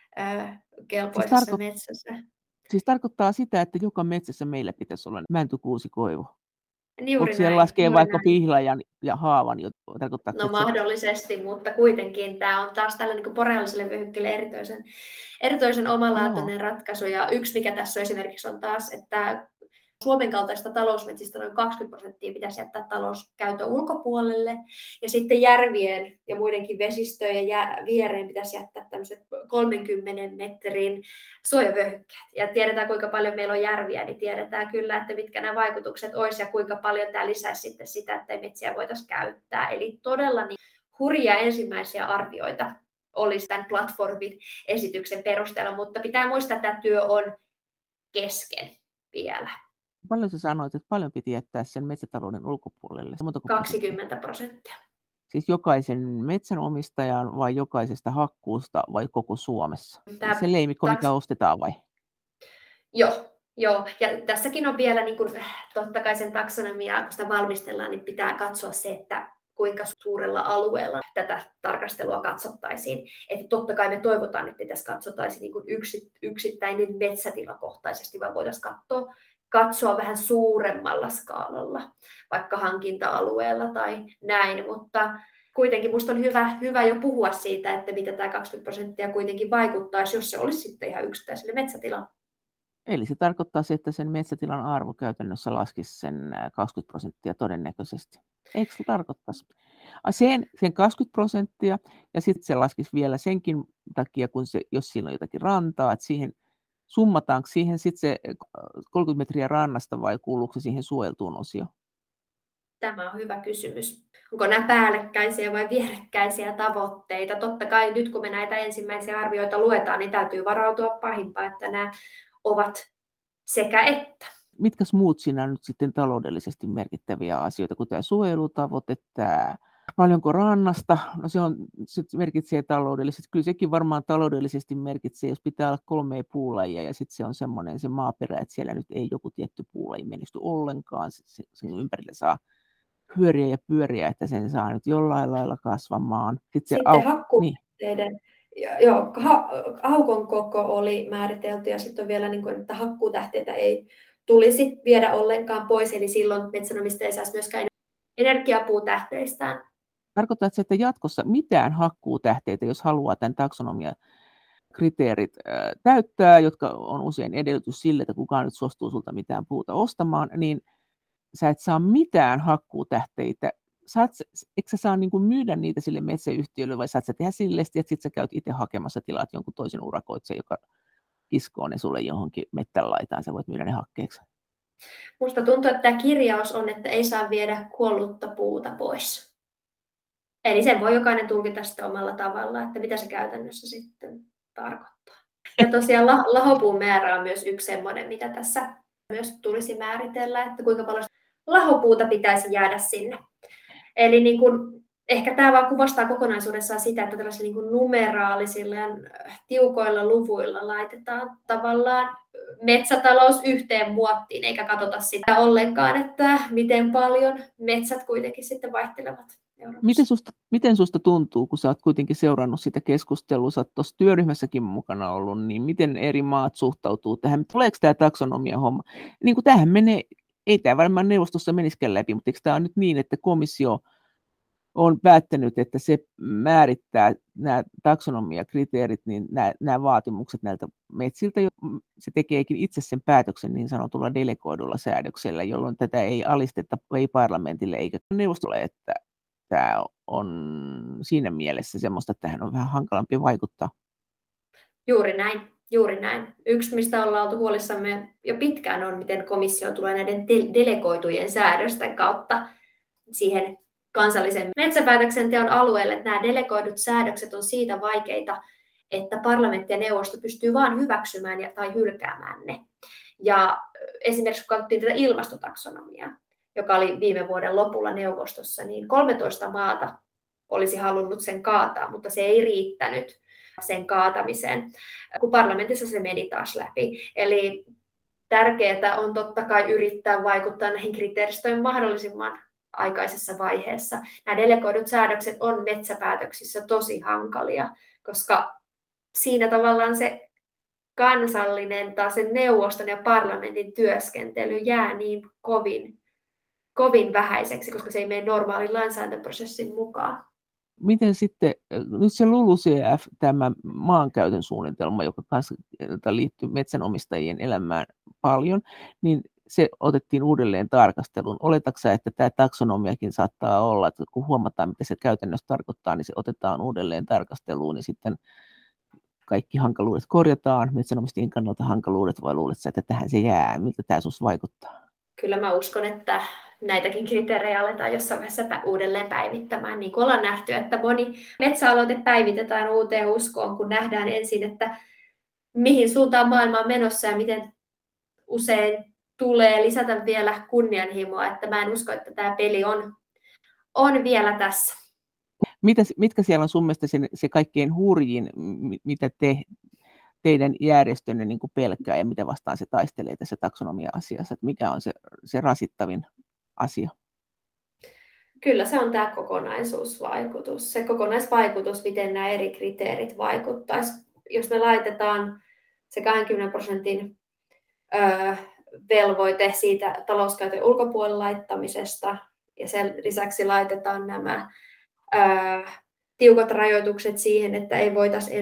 kelpoisessa metsässä. Siis tarkoittaa sitä, että joka metsässä meillä pitäisi olla mäntykuusikoivu. Juuri siellä laskee vaikka pihlajan ja haavan? No mahdollisesti, mutta kuitenkin tämä on taas tällä niin boreaaliselle vyöhykkeelle erityisen omalaatuinen ratkaisu. Ja yksi, mikä tässä on esimerkiksi on taas, että Suomen kaltaista talousmetsistä noin 20% pitäisi jättää talouskäytön ulkopuolelle. Ja sitten järvien ja muidenkin vesistöjen viereen pitäisi jättää tämmöiset 30 metrin suojavyöhykkeet. Ja tiedetään, kuinka paljon meillä on järviä, niin tiedetään kyllä, että mitkä nämä vaikutukset olisi ja kuinka paljon tämä lisäisi sitten sitä, että metsiä voitaisiin käyttää. Eli todella niin hurjia ensimmäisiä arvioita olisi tämän platformin esityksen perusteella, mutta pitää muistaa, että tämä työ on kesken vielä. Paljon sä sanoit, että paljon piti jättää sen metsätalouden ulkopuolelle? 20%. Siis jokaisen metsänomistajan vai jokaisesta hakkuusta vai koko Suomessa? Se leimikko, mikä ostetaan vai? Joo. Ja tässäkin on vielä, niin kun, totta kai sen taksonomiaa, kun sitä valmistellaan, niin pitää katsoa se, että kuinka suurella alueella tätä tarkastelua katsottaisiin. Että totta kai me toivotaan, että tässä katsotaisiin niin kuin yksittäinen metsätilakohtaisesti, vaan voitaisiin katsoa vähän suuremmalla skaalalla, vaikka hankinta-alueella tai näin, mutta kuitenkin minusta on hyvä jo puhua siitä, että mitä tämä 20% kuitenkin vaikuttaisi, jos se olisi sitten ihan yksittäiselle metsätilalle. Eli se tarkoittaa se, että sen metsätilan arvo käytännössä laskisi sen 20% todennäköisesti. Eikö se tarkoittaisi? Sen 20% ja sitten se laskisi vielä senkin takia, jos siinä on jotakin rantaa, että siihen summataanko siihen sitten se 30 metriä rannasta vai kuuluuko se siihen suojeltuun osioon? Tämä on hyvä kysymys. Onko nämä päällekkäisiä vai vierekkäisiä tavoitteita? Totta kai nyt kun me näitä ensimmäisiä arvioita luetaan, niin täytyy varautua pahimpaan, että nämä ovat sekä että. Mitkäs muut siinä on nyt sitten taloudellisesti merkittäviä asioita, kun tämä suojelutavoite, tämä paljonko rannasta, no se merkitsee taloudellisesti, kyllä sekin varmaan taloudellisesti merkitsee, jos pitää olla 3 puulajia ja sitten se on semmoinen se maaperä, että siellä nyt ei joku tietty puulaji menesty ollenkaan, sen ympärillä saa pyöriä ja pyöriä, että sen saa nyt jollain lailla kasvamaan. Sitten hakkuutähteiden, aukon koko oli määritelty ja sitten on vielä, niin kuin, että hakkuutähteitä ei tulisi viedä ollenkaan pois, eli silloin metsänomistaja ei saisi myöskään energiapuutähteistään. Tarkoittaa se, että jatkossa mitään hakkuutähteitä, jos haluaa tämän taksonomian kriteerit täyttää, jotka on usein edellytys sille, että kukaan nyt suostuu sulta mitään puuta ostamaan, niin sä et saa mitään hakkuutähteitä. Eikö sä saa niin kuin myydä niitä sille metsäyhtiölle vai saat sä tehdä sille, että sitten sä käyt itse hakemassa tilat jonkun toisen urakoitsen, joka kiskoo ne sulle johonkin mettän laitaan, sä voit myydä ne hakkeeksi? Musta tuntuu, että tämä kirjaus on, että ei saa viedä kuollutta puuta pois. Eli sen voi jokainen tulkita sitten omalla tavalla, että mitä se käytännössä sitten tarkoittaa. Ja tosiaan lahopuun määrä on myös yksi semmoinen, mitä tässä myös tulisi määritellä, että kuinka paljon lahopuuta pitäisi jäädä sinne. Eli niin kuin, ehkä tämä vaan kuvastaa kokonaisuudessaan sitä, että tällaisilla niin kuin numeraalisilla ja tiukoilla luvuilla laitetaan tavallaan metsätalous yhteen muottiin, eikä katsota sitä ollenkaan, että miten paljon metsät kuitenkin sitten vaihtelevat. Miten susta tuntuu, kun sä oot kuitenkin seurannut sitä keskustelua, sä oot tuossa työryhmässäkin mukana ollut, niin miten eri maat suhtautuu tähän? Tuleeko tämä taksonomia homma? Niin kuin tämähän menee ei tämä varmaan neuvostossa meniskään läpi, mutta eikö tämä on nyt niin, että komissio on päättänyt, että se määrittää nämä taksonomiakriteerit, niin nämä vaatimukset näiltä metsiltä, se tekeekin itse sen päätöksen niin sanotulla delegoidulla säädöksellä, jolloin tätä ei alisteta, ei parlamentille eikä neuvostolle, että tämä on siinä mielessä semmoista, että tähän on vähän hankalampi vaikuttaa. Juuri näin. Juuri näin. Yksi, mistä ollaan oltu huolissamme jo pitkään, on, miten komissio tulee näiden delegoitujen säädösten kautta siihen kansallisen metsäpäätöksenteon alueelle. Että nämä delegoidut säädökset on siitä vaikeita, että parlamentti ja neuvosto pystyy vain hyväksymään tai hylkäämään ne. Ja esimerkiksi kun katsottiin tätä ilmastotaksonomiaa, joka oli viime vuoden lopulla neuvostossa, niin 13 maata olisi halunnut sen kaataa, mutta se ei riittänyt sen kaatamiseen, kun parlamentissa se meni taas läpi. Eli tärkeää on totta kai yrittää vaikuttaa näihin kriteeristöihin mahdollisimman aikaisessa vaiheessa. Nämä delegoidut säädökset on metsäpäätöksissä tosi hankalia, koska siinä tavallaan se kansallinen tai sen neuvoston ja parlamentin työskentely jää niin kovin vähäiseksi, koska se ei mene normaalin lainsäädäntöprosessin mukaan. Miten sitten, nyt se LULUCF, tämä maankäytön suunnitelma, joka liittyy metsänomistajien elämään paljon, niin se otettiin uudelleen tarkasteluun. Oletatko sä, että tämä taksonomiakin saattaa olla, että kun huomataan, mitä se käytännössä tarkoittaa, niin se otetaan uudelleen tarkasteluun, niin sitten kaikki hankaluudet korjataan, metsänomistajien kannalta hankaluudet, vai luuletko sä, että tähän se jää? Miltä tämä sinusta vaikuttaa? Kyllä mä uskon, että näitäkin kriteerejä aletaan jossain vaiheessa uudelleen päivittämään. Niin kuin ollaan nähty, että moni metsäaloite päivitetään uuteen uskoon, kun nähdään ensin, että mihin suuntaan maailma on menossa ja miten usein tulee lisätä vielä kunnianhimoa. Että mä en usko, että tämä peli on vielä tässä. Mitkä siellä on sun mielestä se kaikkein hurjin, mitä teidän järjestönne niin kuin pelkää ja mitä vastaan se taistelee tässä taksonomia-asiassa? Että mikä on se rasittavin asia? Kyllä se on tämä kokonaisuusvaikutus. Se kokonaisvaikutus, miten nämä eri kriteerit vaikuttaisi. Jos me laitetaan se 20% velvoite siitä talouskäytön ulkopuolella laittamisesta ja sen lisäksi laitetaan nämä tiukat rajoitukset siihen, että ei voitaisi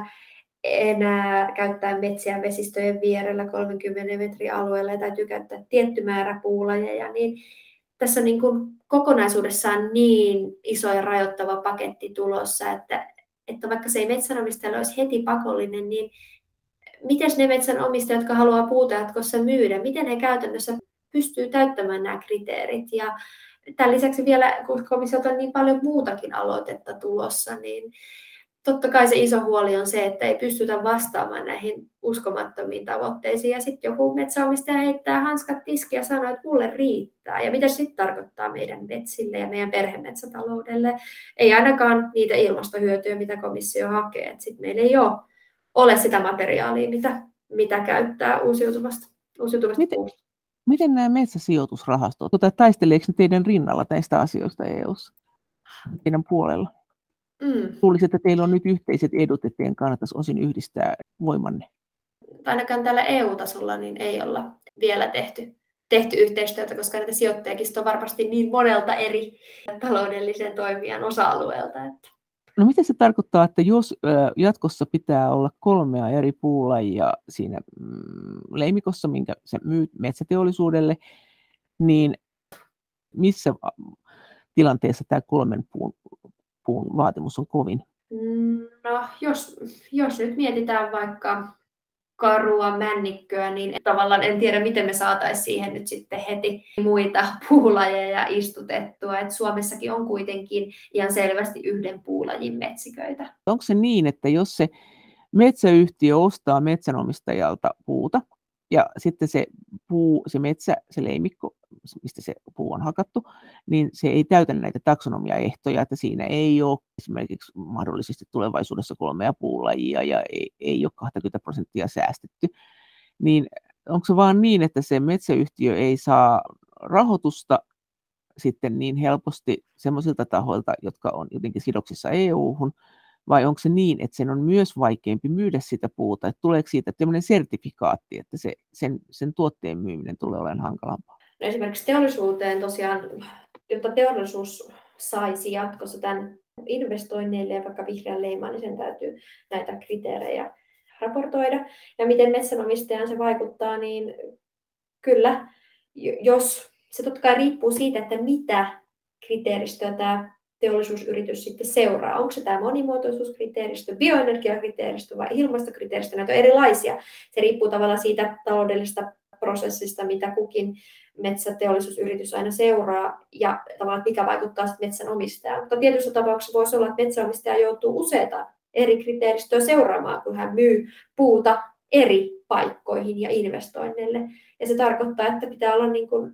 enää käyttää metsiä vesistöjen vierellä 30 metrin alueella ja täytyy käyttää tietty määrä puulajeja, niin tässä on niin kuin kokonaisuudessaan niin iso ja rajoittava paketti tulossa, että vaikka se ei metsänomistajalle olisi heti pakollinen, niin miten ne metsänomistajat, jotka haluaa puuta jatkossa myydä, miten he käytännössä pystyy täyttämään nämä kriteerit. Ja tämän lisäksi vielä, kun komissiolta on niin paljon muutakin aloitetta tulossa, niin totta kai se iso huoli on se, että ei pystytä vastaamaan näihin uskomattomiin tavoitteisiin. Ja sitten joku metsäomistaja heittää hanskat tiskiin ja sanoo, että mulle riittää. Ja mitä se sitten tarkoittaa meidän metsille ja meidän perhemetsätaloudelle? Ei ainakaan niitä ilmastohyötyjä, mitä komissio hakee. Sitten meillä ei ole sitä materiaalia, mitä käyttää uusiutuvasta puusta. Miten nämä metsäsijoitusrahastot, taisteleeko ne teidän rinnalla näistä asioista EU:ssa, teidän puolella? Luulisin, että teillä on nyt yhteiset edut, että teidän kannattaisi osin yhdistää voimanne. Ainakaan tällä EU-tasolla niin ei olla vielä tehty yhteistyötä, koska näitä sijoittajakin on varmasti niin monelta eri taloudellisen toimijan osa-alueelta. No mitä se tarkoittaa, että jos jatkossa pitää olla 3 eri puulajia siinä leimikossa, minkä se myy metsäteollisuudelle, niin missä tilanteessa tämä 3 puun vaatimus on kovin? No, jos nyt mietitään vaikka karua, männikköä, niin tavallaan en tiedä, miten me saataisiin siihen nyt sitten heti muita puulajeja istutettua. Et Suomessakin on kuitenkin ihan selvästi 1 puulajin metsiköitä. Onko se niin, että jos se metsäyhtiö ostaa metsänomistajalta puuta ja sitten se metsä, se leimikko, mistä se puu on hakattu, niin se ei täytä näitä taksonomiaehtoja, että siinä ei ole esimerkiksi mahdollisesti tulevaisuudessa 3 puulajia ja ei ole 20% säästetty, niin onko se vaan niin, että se metsäyhtiö ei saa rahoitusta sitten niin helposti semmoisilta tahoilta, jotka on jotenkin sidoksissa EU-hun, vai onko se niin, että sen on myös vaikeampi myydä sitä puuta, että tuleeko siitä tämmöinen sertifikaatti, että sen tuotteen myyminen tulee olemaan hankalampaa? No esimerkiksi teollisuuteen tosiaan, jotta teollisuus saisi jatkossa tämän investoinneille ja vaikka vihreän leiman, niin sen täytyy näitä kriteerejä raportoida. Ja miten metsänomistajaan se vaikuttaa, niin kyllä, jos se totta kai riippuu siitä, että mitä kriteeristöä tämä teollisuusyritys sitten seuraa. Onko se tämä monimuotoisuuskriteeristö, bioenergiakriteeristö vai ilmastokriteeristö, näitä on erilaisia. Se riippuu tavallaan siitä taloudellisesta prosessista, mitä kukin metsäteollisuusyritys aina seuraa ja tavallaan mikä vaikuttaa sitten metsänomistajaan. Mutta tietyissä tapauksissa voisi olla, että metsänomistaja joutuu useita eri kriteeristöä seuraamaan, kun hän myy puuta eri paikkoihin ja investoinneille. Ja se tarkoittaa, että pitää olla niin kuin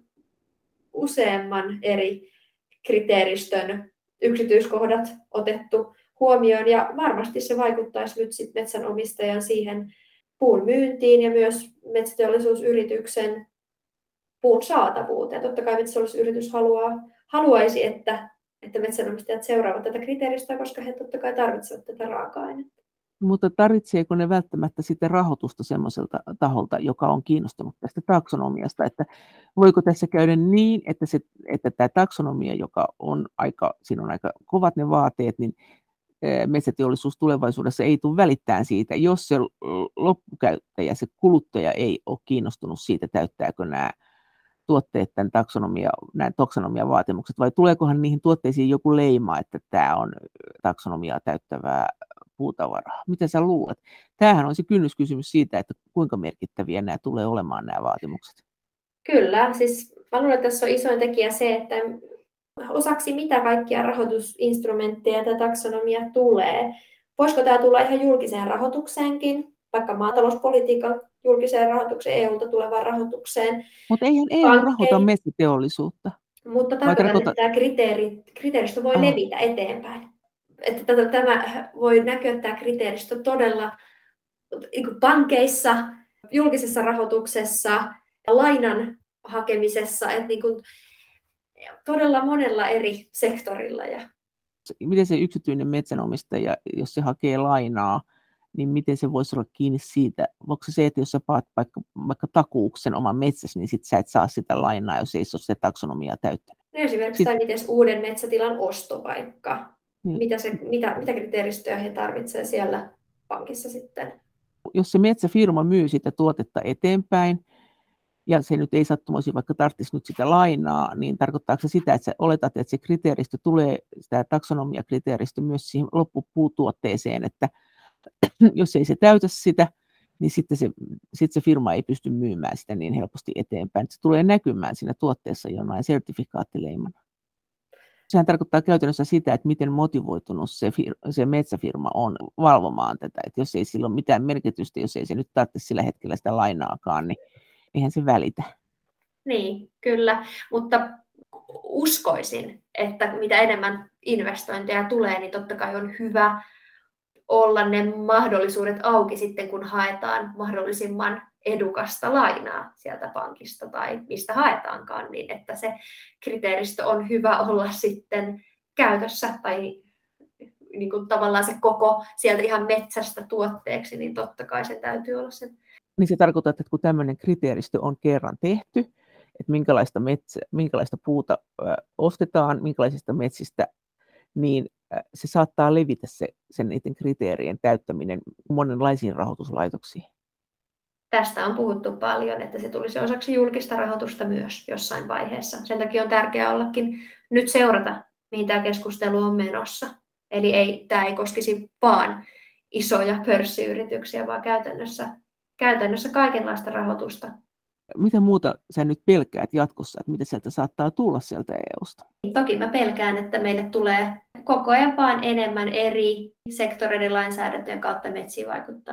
useamman eri kriteeristön yksityiskohdat otettu huomioon. Ja varmasti se vaikuttaisi nyt sit metsänomistajan siihen puun myyntiin ja myös metsäteollisuusyrityksen puun saatavuuteen. Totta kai metsäteollisuusyritys haluaisi, että metsänomistajat seuraavat tätä kriteeristöä, koska he totta kai tarvitsevat tätä raaka-ainetta. Mutta tarvitseeko ne välttämättä sitten rahoitusta semmoiselta taholta, joka on kiinnostunut tästä taksonomiasta, että voiko tässä käydä niin, että tämä taksonomia, siinä on aika kovat ne vaateet, niin metsäteollisuus tulevaisuudessa ei tule välittämään siitä, jos se loppukäyttäjä, se kuluttaja ei ole kiinnostunut siitä, täyttääkö nämä tuotteet tämän taksonomian vaatimukset, vai tuleekohan niihin tuotteisiin joku leima, että tämä on taksonomiaa täyttävää puutavaraa. Mitä sä luulet? Tämähän on se kynnyskysymys siitä, että kuinka merkittäviä nämä tulee olemaan nämä vaatimukset. Kyllä, siis mä luulen, että tässä on isoin tekijä se, että osaksi mitä kaikkia rahoitusinstrumentteja tämä taksonomia tulee. Voisiko tämä tulla ihan julkiseen rahoitukseenkin, vaikka maatalouspolitiikan julkiseen rahoitukseen, EUlta tulevaan rahoitukseen. Mutta eihän EU rahoita metsäteollisuutta. Mutta tarkoitan, että tämä kriteeristö voi levitä eteenpäin. Että tämä voi näkyä tämä kriteeristö todella pankeissa, julkisessa rahoituksessa, lainan hakemisessa, että todella monella eri sektorilla. Miten se yksityinen metsänomistaja, jos se hakee lainaa, niin miten se voisi olla kiinni siitä? Voiko se, että jos sä paat vaikka takuuksen oman metsässä, niin sit sä et saa sitä lainaa, jos ei ole se taksonomia täyttänyt? Esimerkiksi tai miten uuden metsätilan ostopaikka. Mitä kriteeristöjä he tarvitsevat siellä pankissa sitten? Jos se metsäfirma myy sitä tuotetta eteenpäin, ja se nyt ei sattumoisin vaikka tarvitsisi nyt sitä lainaa, niin tarkoittaako se sitä, että sä oletat, että se kriteeristö tulee, tämä taksonomia-kriteeristö myös siihen loppupuutuotteeseen, että jos ei se täytä sitä, niin sitten se firma ei pysty myymään sitä niin helposti eteenpäin. Se tulee näkymään siinä tuotteessa jonain sertifikaattileimana. Sehän tarkoittaa käytännössä sitä, että miten motivoitunut se metsäfirma on valvomaan tätä. Että jos ei sillä ole mitään merkitystä, jos ei se nyt tarvitse sillä hetkellä sitä lainaakaan, niin eihän se välitä. Niin, kyllä. Mutta uskoisin, että mitä enemmän investointeja tulee, niin totta kai on hyvä olla ne mahdollisuudet auki sitten, kun haetaan mahdollisimman edukasta lainaa sieltä pankista tai mistä haetaankaan, niin että se kriteeristö on hyvä olla sitten käytössä tai niin kuin tavallaan se koko sieltä ihan metsästä tuotteeksi, niin totta kai se täytyy olla sen. Niin se tarkoittaa, että kun tämmöinen kriteeristö on kerran tehty, että minkälaista puuta ostetaan, minkälaisista metsistä, niin se saattaa levitä sen niiden kriteerien täyttäminen monenlaisiin rahoituslaitoksiin. Tästä on puhuttu paljon, että se tulisi osaksi julkista rahoitusta myös jossain vaiheessa. Sen takia on tärkeää ollakin nyt seurata, mihin tämä keskustelu on menossa. Eli tämä ei koskisi vaan isoja pörssiyrityksiä, vaan käytännössä kaikenlaista rahoitusta. Mitä muuta sä nyt pelkäät jatkossa, että mitä sieltä saattaa tulla sieltä EUsta? Toki mä pelkään, että meille tulee koko ajan vaan enemmän eri sektoreiden lainsäädäntöjen kautta metsiin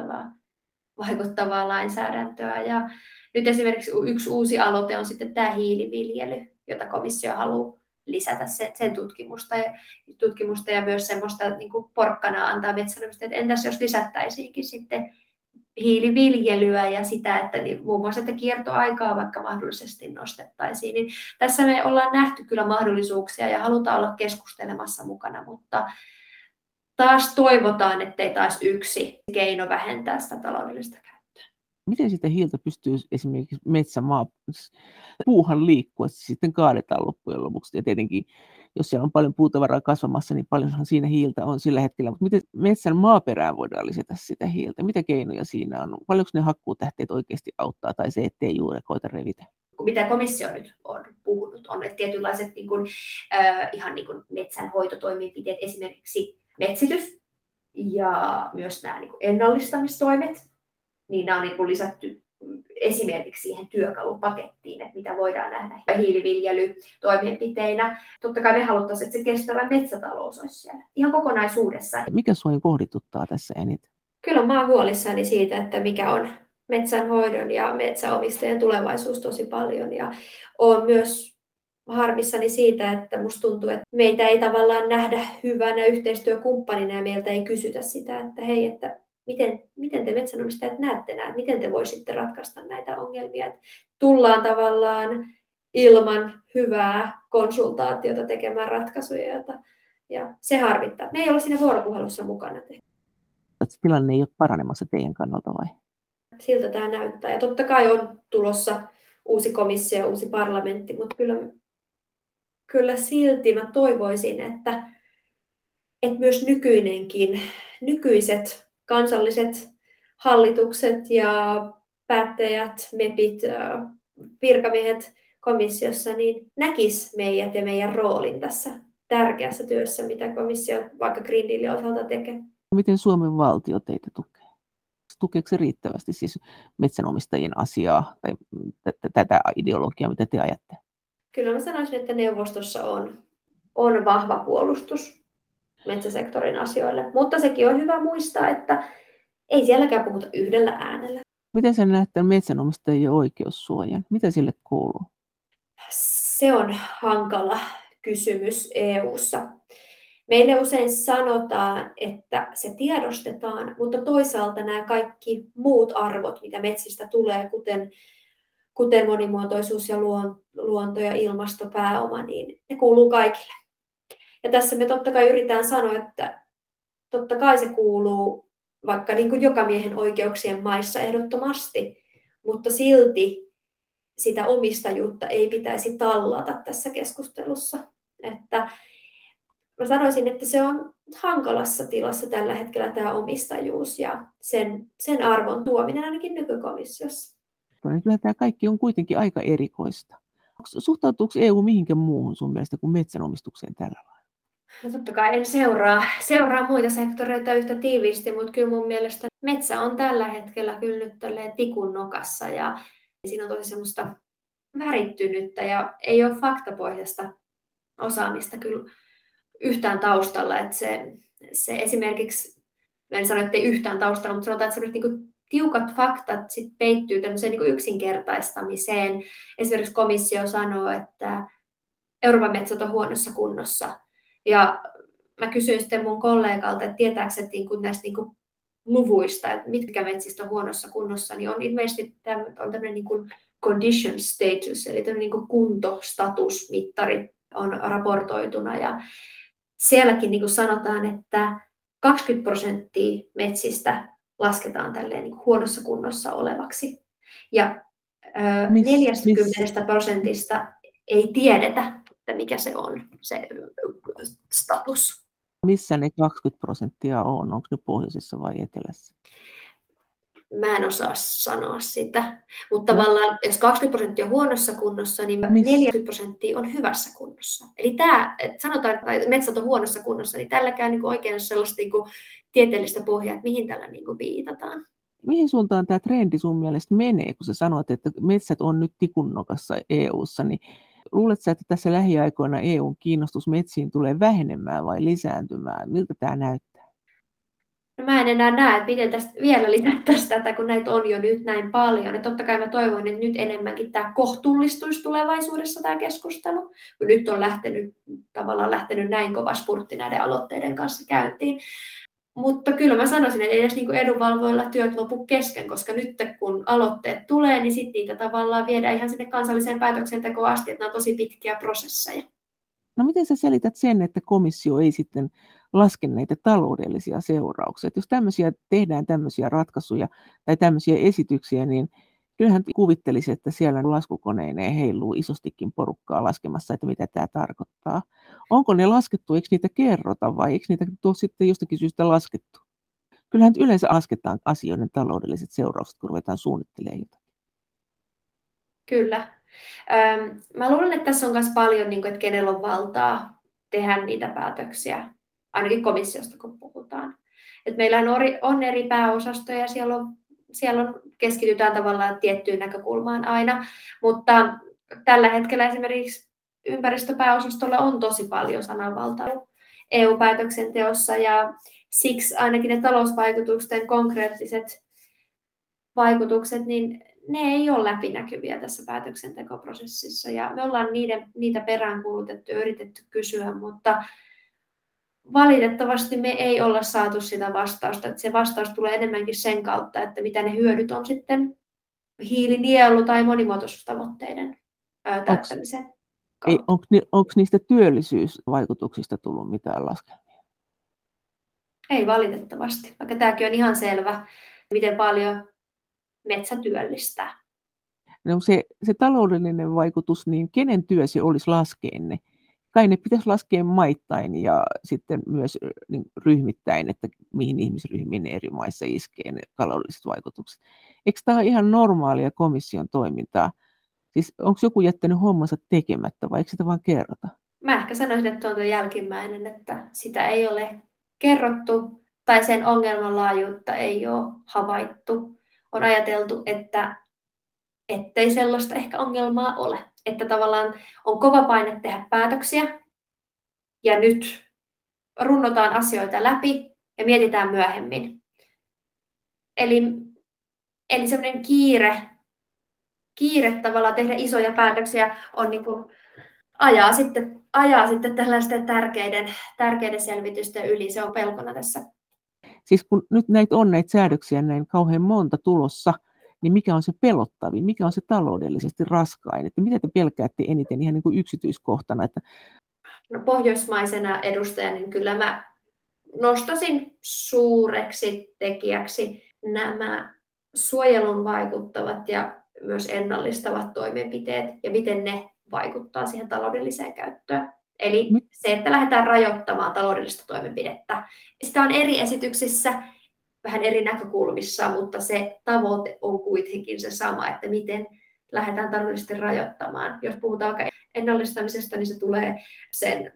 vaikuttavaa lainsäädäntöä. Ja nyt esimerkiksi yksi uusi aloite on sitten tämä hiiliviljely, jota komissio haluaa lisätä sen tutkimusta ja myös semmoista niin kuin porkkanaa antaa metsänomistajille. Entäs jos lisättäisiinkin sitten hiiliviljelyä ja sitä, että muun muassa että kiertoaikaa vaikka mahdollisesti nostettaisiin. Niin tässä me ollaan nähty kyllä mahdollisuuksia ja halutaan olla keskustelemassa mukana, mutta taas toivotaan, ettei taas yksi keino vähentää sitä taloudellista käyttöä. Miten sitä hiiltä pystyy esimerkiksi puuhan liikkua, se sitten kaadetaan loppujen lopuksi. Ja tietenkin, jos siellä on paljon puutavaraa kasvamassa, niin paljonhan siinä hiiltä on sillä hetkellä. Mutta miten metsän maaperään voidaan lisätä sitä hiiltä? Mitä keinoja siinä on? Paljonko ne hakkuutähteet oikeasti auttaa tai se, ettei juuri koita revitä? Mitä komissio nyt on puhunut, on että tietynlaiset ihan metsänhoitotoimenpiteet, esimerkiksi metsitys ja myös nämä ennallistamistoimet, niin nämä on lisätty esimerkiksi siihen työkalupakettiin, että mitä voidaan nähdä hiiliviljelytoimenpiteinä. Totta kai me haluttaisiin, että se kestävä metsätalous olisi siellä ihan kokonaisuudessaan. Mikä sinua kohdituttaa tässä eniten? Kyllä mä oon huolissani siitä, että mikä on metsänhoidon ja metsäomistajien tulevaisuus tosi paljon. Ja olen myös harmissani siitä, että musta tuntuu, että meitä ei tavallaan nähdä hyvänä yhteistyökumppanina ja meiltä ei kysytä sitä, että hei, että miten te metsänomistajat näette nämä, miten te voisitte ratkaista näitä ongelmia. Että tullaan tavallaan ilman hyvää konsultaatiota tekemään ratkaisuja, ja se harmittaa. Me ei ole siinä vuoropuhelussa mukana. Tilanne ei ole paranemassa teidän kannalta vai? Siltä tämä näyttää. Ja totta kai on tulossa uusi komissio ja uusi parlamentti, mutta kyllä silti mä toivoisin, että myös nykyiset kansalliset hallitukset ja päättäjät, MEPit, virkamiehet komissiossa niin näkis meidät ja meidän roolin tässä tärkeässä työssä, mitä komissio vaikka Green Dealin osalta tekee. Miten Suomen valtio teitä tukee? Tukeeko se riittävästi siis metsänomistajien asiaa tai tätä ideologiaa, mitä te ajatte? Kyllä mä sanoisin, että neuvostossa on vahva puolustus metsäsektorin asioille, mutta sekin on hyvä muistaa, että ei sielläkään puhuta yhdellä äänellä. Miten sä näet tämän metsänomistajien oikeussuojan? Mitä sille kuuluu? Se on hankala kysymys EU:ssa. Meille usein sanotaan, että se tiedostetaan, mutta toisaalta nämä kaikki muut arvot, mitä metsistä tulee, kuten monimuotoisuus ja luonto ja ilmastopääoma, niin ne kuuluu kaikille. Ja tässä me totta kai yritetään sanoa, että totta kai se kuuluu vaikka niin kuin jokamiehen oikeuksien maissa ehdottomasti, mutta silti sitä omistajuutta ei pitäisi tallata tässä keskustelussa. Että mä sanoisin, että se on hankalassa tilassa tällä hetkellä tämä omistajuus ja sen arvon tuominen ainakin nykykomissiossa. Kyllä tämä kaikki on kuitenkin aika erikoista. Suhtautuuko EU mihinkään muuhun sun mielestä kuin metsänomistukseen tällä lailla? No totta kai en seuraa muita sektoreita yhtä tiiviisti, mutta kyllä mun mielestä metsä on tällä hetkellä kyllä nyt tikun nokassa ja siinä on tosi semmoista värittynyttä ja ei ole faktapohjaista osaamista kyllä yhtään taustalla. Että se esimerkiksi, en sano, että ei yhtään taustalla, mutta sanotaan, että niin tiukat faktat sit peittyy tämmöiseen niin yksinkertaistamiseen. Esimerkiksi komissio sanoo, että Euroopan metsät on huonossa kunnossa. Ja mä kysyin sitten mun kollegalta, että tietääkö se näistä luvuista, että mitkä metsistä on huonossa kunnossa, niin on ilmeisesti tämmöinen niin condition status, eli tämmöinen niin kuntostatusmittari on raportoituna. Ja sielläkin niin sanotaan, että 20% metsistä lasketaan tälleen niin huonossa kunnossa olevaksi. Ja 40% ei tiedetä, että mikä se on, se status. Missä ne 20% on? Onko ne pohjoisessa vai etelässä? Mä en osaa sanoa sitä. Mutta tavallaan, jos 20% on huonossa kunnossa, niin 40% on hyvässä kunnossa. Eli tämä, että sanotaan, että metsät on huonossa kunnossa, niin tälläkään niin oikein sellaista niin tieteellistä pohjaa, että mihin tällä niin viitataan. Mihin suuntaan tämä trendi sun mielestä menee, kun sä sanot, että metsät on nyt tikunnokassa EU:ssa, niin luuletko, että tässä lähiaikoina EUn kiinnostus metsiin tulee vähenemään vai lisääntymään? Miltä tämä näyttää? No mä en enää näe, että miten tästä vielä lisättäisiin tätä, kun näitä on jo nyt näin paljon. Ja totta kai mä toivon, että nyt enemmänkin tämä kohtuullistuisi tulevaisuudessa tämä keskustelu, kun nyt on lähtenyt näin kova spurtti näiden aloitteiden kanssa käyntiin. Mutta kyllä mä sanoisin, että ei edes edunvalvoilla työt lopu kesken, koska nyt kun aloitteet tulee, niin sitten niitä tavallaan viedään ihan sinne kansalliseen päätöksentekoon asti, että nämä on tosi pitkiä prosesseja. No miten sä selität sen, että komissio ei sitten laske näitä taloudellisia seurauksia? Että jos tehdään tämmöisiä ratkaisuja tai tämmöisiä esityksiä, niin kyllähän kuvittelisi, että siellä laskukoneineen heiluu isostikin porukkaa laskemassa, että mitä tämä tarkoittaa. Onko ne laskettu, eikö niitä kerrota vai eikö niitä tuo sitten jostakin syystä laskettu? Kyllähän yleensä lasketaan asioiden taloudelliset seuraukset, kun ruvetaan suunnittelemaan jotain. Kyllä. Mä luulen, että tässä on myös paljon, että kenellä on valtaa tehdä niitä päätöksiä, ainakin komissiosta kun puhutaan. Et meillähän on eri pääosastoja ja siellä keskitytään tavallaan tiettyyn näkökulmaan aina, mutta tällä hetkellä esimerkiksi ympäristöpääosastolla on tosi paljon sananvaltaa EU-päätöksenteossa ja siksi ainakin ne talousvaikutusten konkreettiset vaikutukset, niin ne ei ole läpinäkyviä tässä päätöksentekoprosessissa ja me ollaan niitä peräänkuulutettu ja yritetty kysyä, mutta valitettavasti me ei olla saatu sitä vastausta, että se vastaus tulee enemmänkin sen kautta, että mitä ne hyödyt on sitten hiilinielu- tai monimuotoisuustavoitteiden täyttämisen kautta. Onko niistä työllisyysvaikutuksista tullut mitään laskelmia? Ei valitettavasti, vaikka tämäkin on ihan selvä, miten paljon metsä työllistää. No se taloudellinen vaikutus, niin kenen työ se olisi laskea ne? Kai ne pitäisi laskea maittain ja sitten myös niin ryhmittäin, että mihin ihmisryhmiin ne eri maissa iskee ne taloudelliset vaikutukset. Eikö tämä ole ihan normaalia komission toimintaa? Siis onko joku jättänyt hommansa tekemättä vai eikö sitä vaan kerrota? Mä ehkä sanoisin, että on tuo jälkimmäinen, että sitä ei ole kerrottu tai sen ongelman laajuutta ei ole havaittu. On ajateltu, ettei sellaista ehkä ongelmaa ole. Että tavallaan on kova paine tehdä päätöksiä ja nyt runnotaan asioita läpi ja mietitään myöhemmin. Eli semmoinen kiire tavallaan tehdä isoja päätöksiä on niin kuin ajaa sitten tällaisten tärkeiden selvitysten yli. Se on pelkona tässä. Siis kun nyt näitä säädöksiä näin kauhean monta tulossa, niin mikä on se pelottavin, mikä on se taloudellisesti raskain, että mitä te pelkäätte eniten ihan niin kuin yksityiskohtana? Että... No, pohjoismaisena edustajana niin kyllä mä nostasin suureksi tekijäksi nämä suojelun vaikuttavat ja myös ennallistavat toimenpiteet ja miten ne vaikuttaa siihen taloudelliseen käyttöön. Eli se, että lähdetään rajoittamaan taloudellista toimenpidettä. Sitä on eri esityksissä, vähän eri näkökulmissa, mutta se tavoite on kuitenkin se sama, että miten lähdetään taloudellisesti rajoittamaan. Jos puhutaan vaikka ennallistamisesta, niin se tulee sen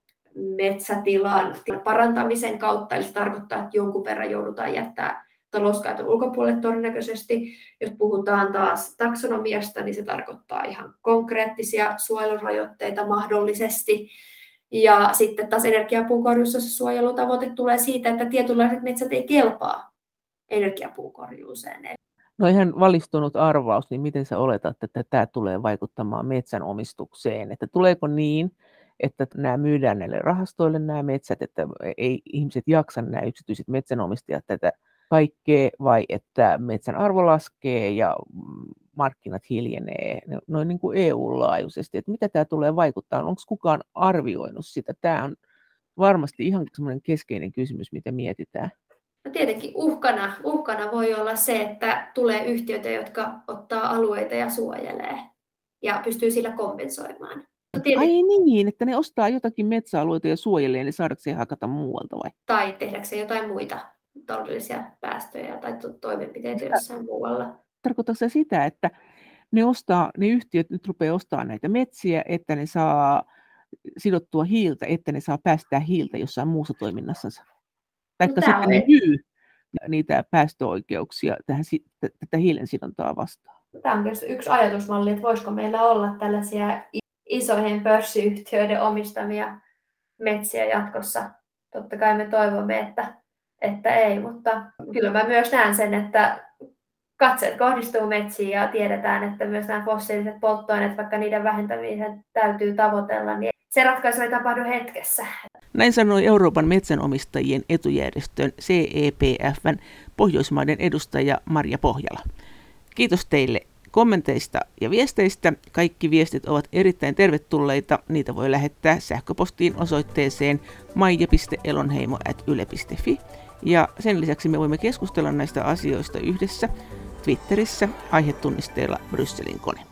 metsätilan parantamisen kautta, eli se tarkoittaa, että jonkun verran joudutaan jättää talouskäytön ulkopuolelle todennäköisesti. Jos puhutaan taas taksonomiasta, niin se tarkoittaa ihan konkreettisia suojelurajoitteita mahdollisesti. Ja sitten taas energiapuunkorjuussa se suojelutavoite tulee siitä, että tietynlaiset metsät ei kelpaa energiapuunkorjuuseen. No ihan valistunut arvaus, niin miten sä oletat, että tämä tulee vaikuttamaan metsänomistukseen? Että tuleeko niin, että nämä myydään näille rahastoille nämä metsät, että ei ihmiset jaksa nämä yksityiset metsänomistajat tätä kaikkea, vai että metsän arvo laskee ja markkinat hiljenee noin niin kuin EU-laajuisesti, että mitä tämä tulee vaikuttaa, onko kukaan arvioinut sitä? Tämä on varmasti ihan semmoinen keskeinen kysymys, mitä mietitään. No tietenkin uhkana voi olla se, että tulee yhtiöitä, jotka ottaa alueita ja suojelee ja pystyy sillä kompensoimaan. Ai niin, että ne ostaa jotakin metsäalueita ja suojelee, niin saadakseen hakata muualta vai? Tai tehdäkseen jotain muita taloudellisia päästöjä tai toimenpiteitä jossain muualla. Tarkoitatko se sitä, että ne yhtiöt nyt rupeaa ostamaan näitä metsiä, että ne saa sidottua hiiltä, että ne saa päästää hiiltä jossain muussa toiminnassansa? Taikka sitten ne myy niitä päästöoikeuksia tätä hiilen sidontaa vastaan? Tämä on yksi ajatusmalli, että voisiko meillä olla tällaisia isojen pörssiyhtiöiden omistamia metsiä jatkossa. Totta kai me toivomme, että ei, mutta kyllä mä myös näen sen, että katseet kohdistuu metsiin ja tiedetään, että myös nämä fossiiliset polttoaineet, vaikka niiden vähentämisen täytyy tavoitella, niin se ratkaisu ei tapahdu hetkessä. Näin sanoi Euroopan metsänomistajien etujärjestön CEPF:n Pohjoismaiden edustaja Marja Pohjala. Kiitos teille kommenteista ja viesteistä. Kaikki viestit ovat erittäin tervetulleita. Niitä voi lähettää sähköpostiin osoitteeseen maija.elonheimo@yle.fi. Ja sen lisäksi me voimme keskustella näistä asioista yhdessä Twitterissä aihetunnisteella Brysselin kone.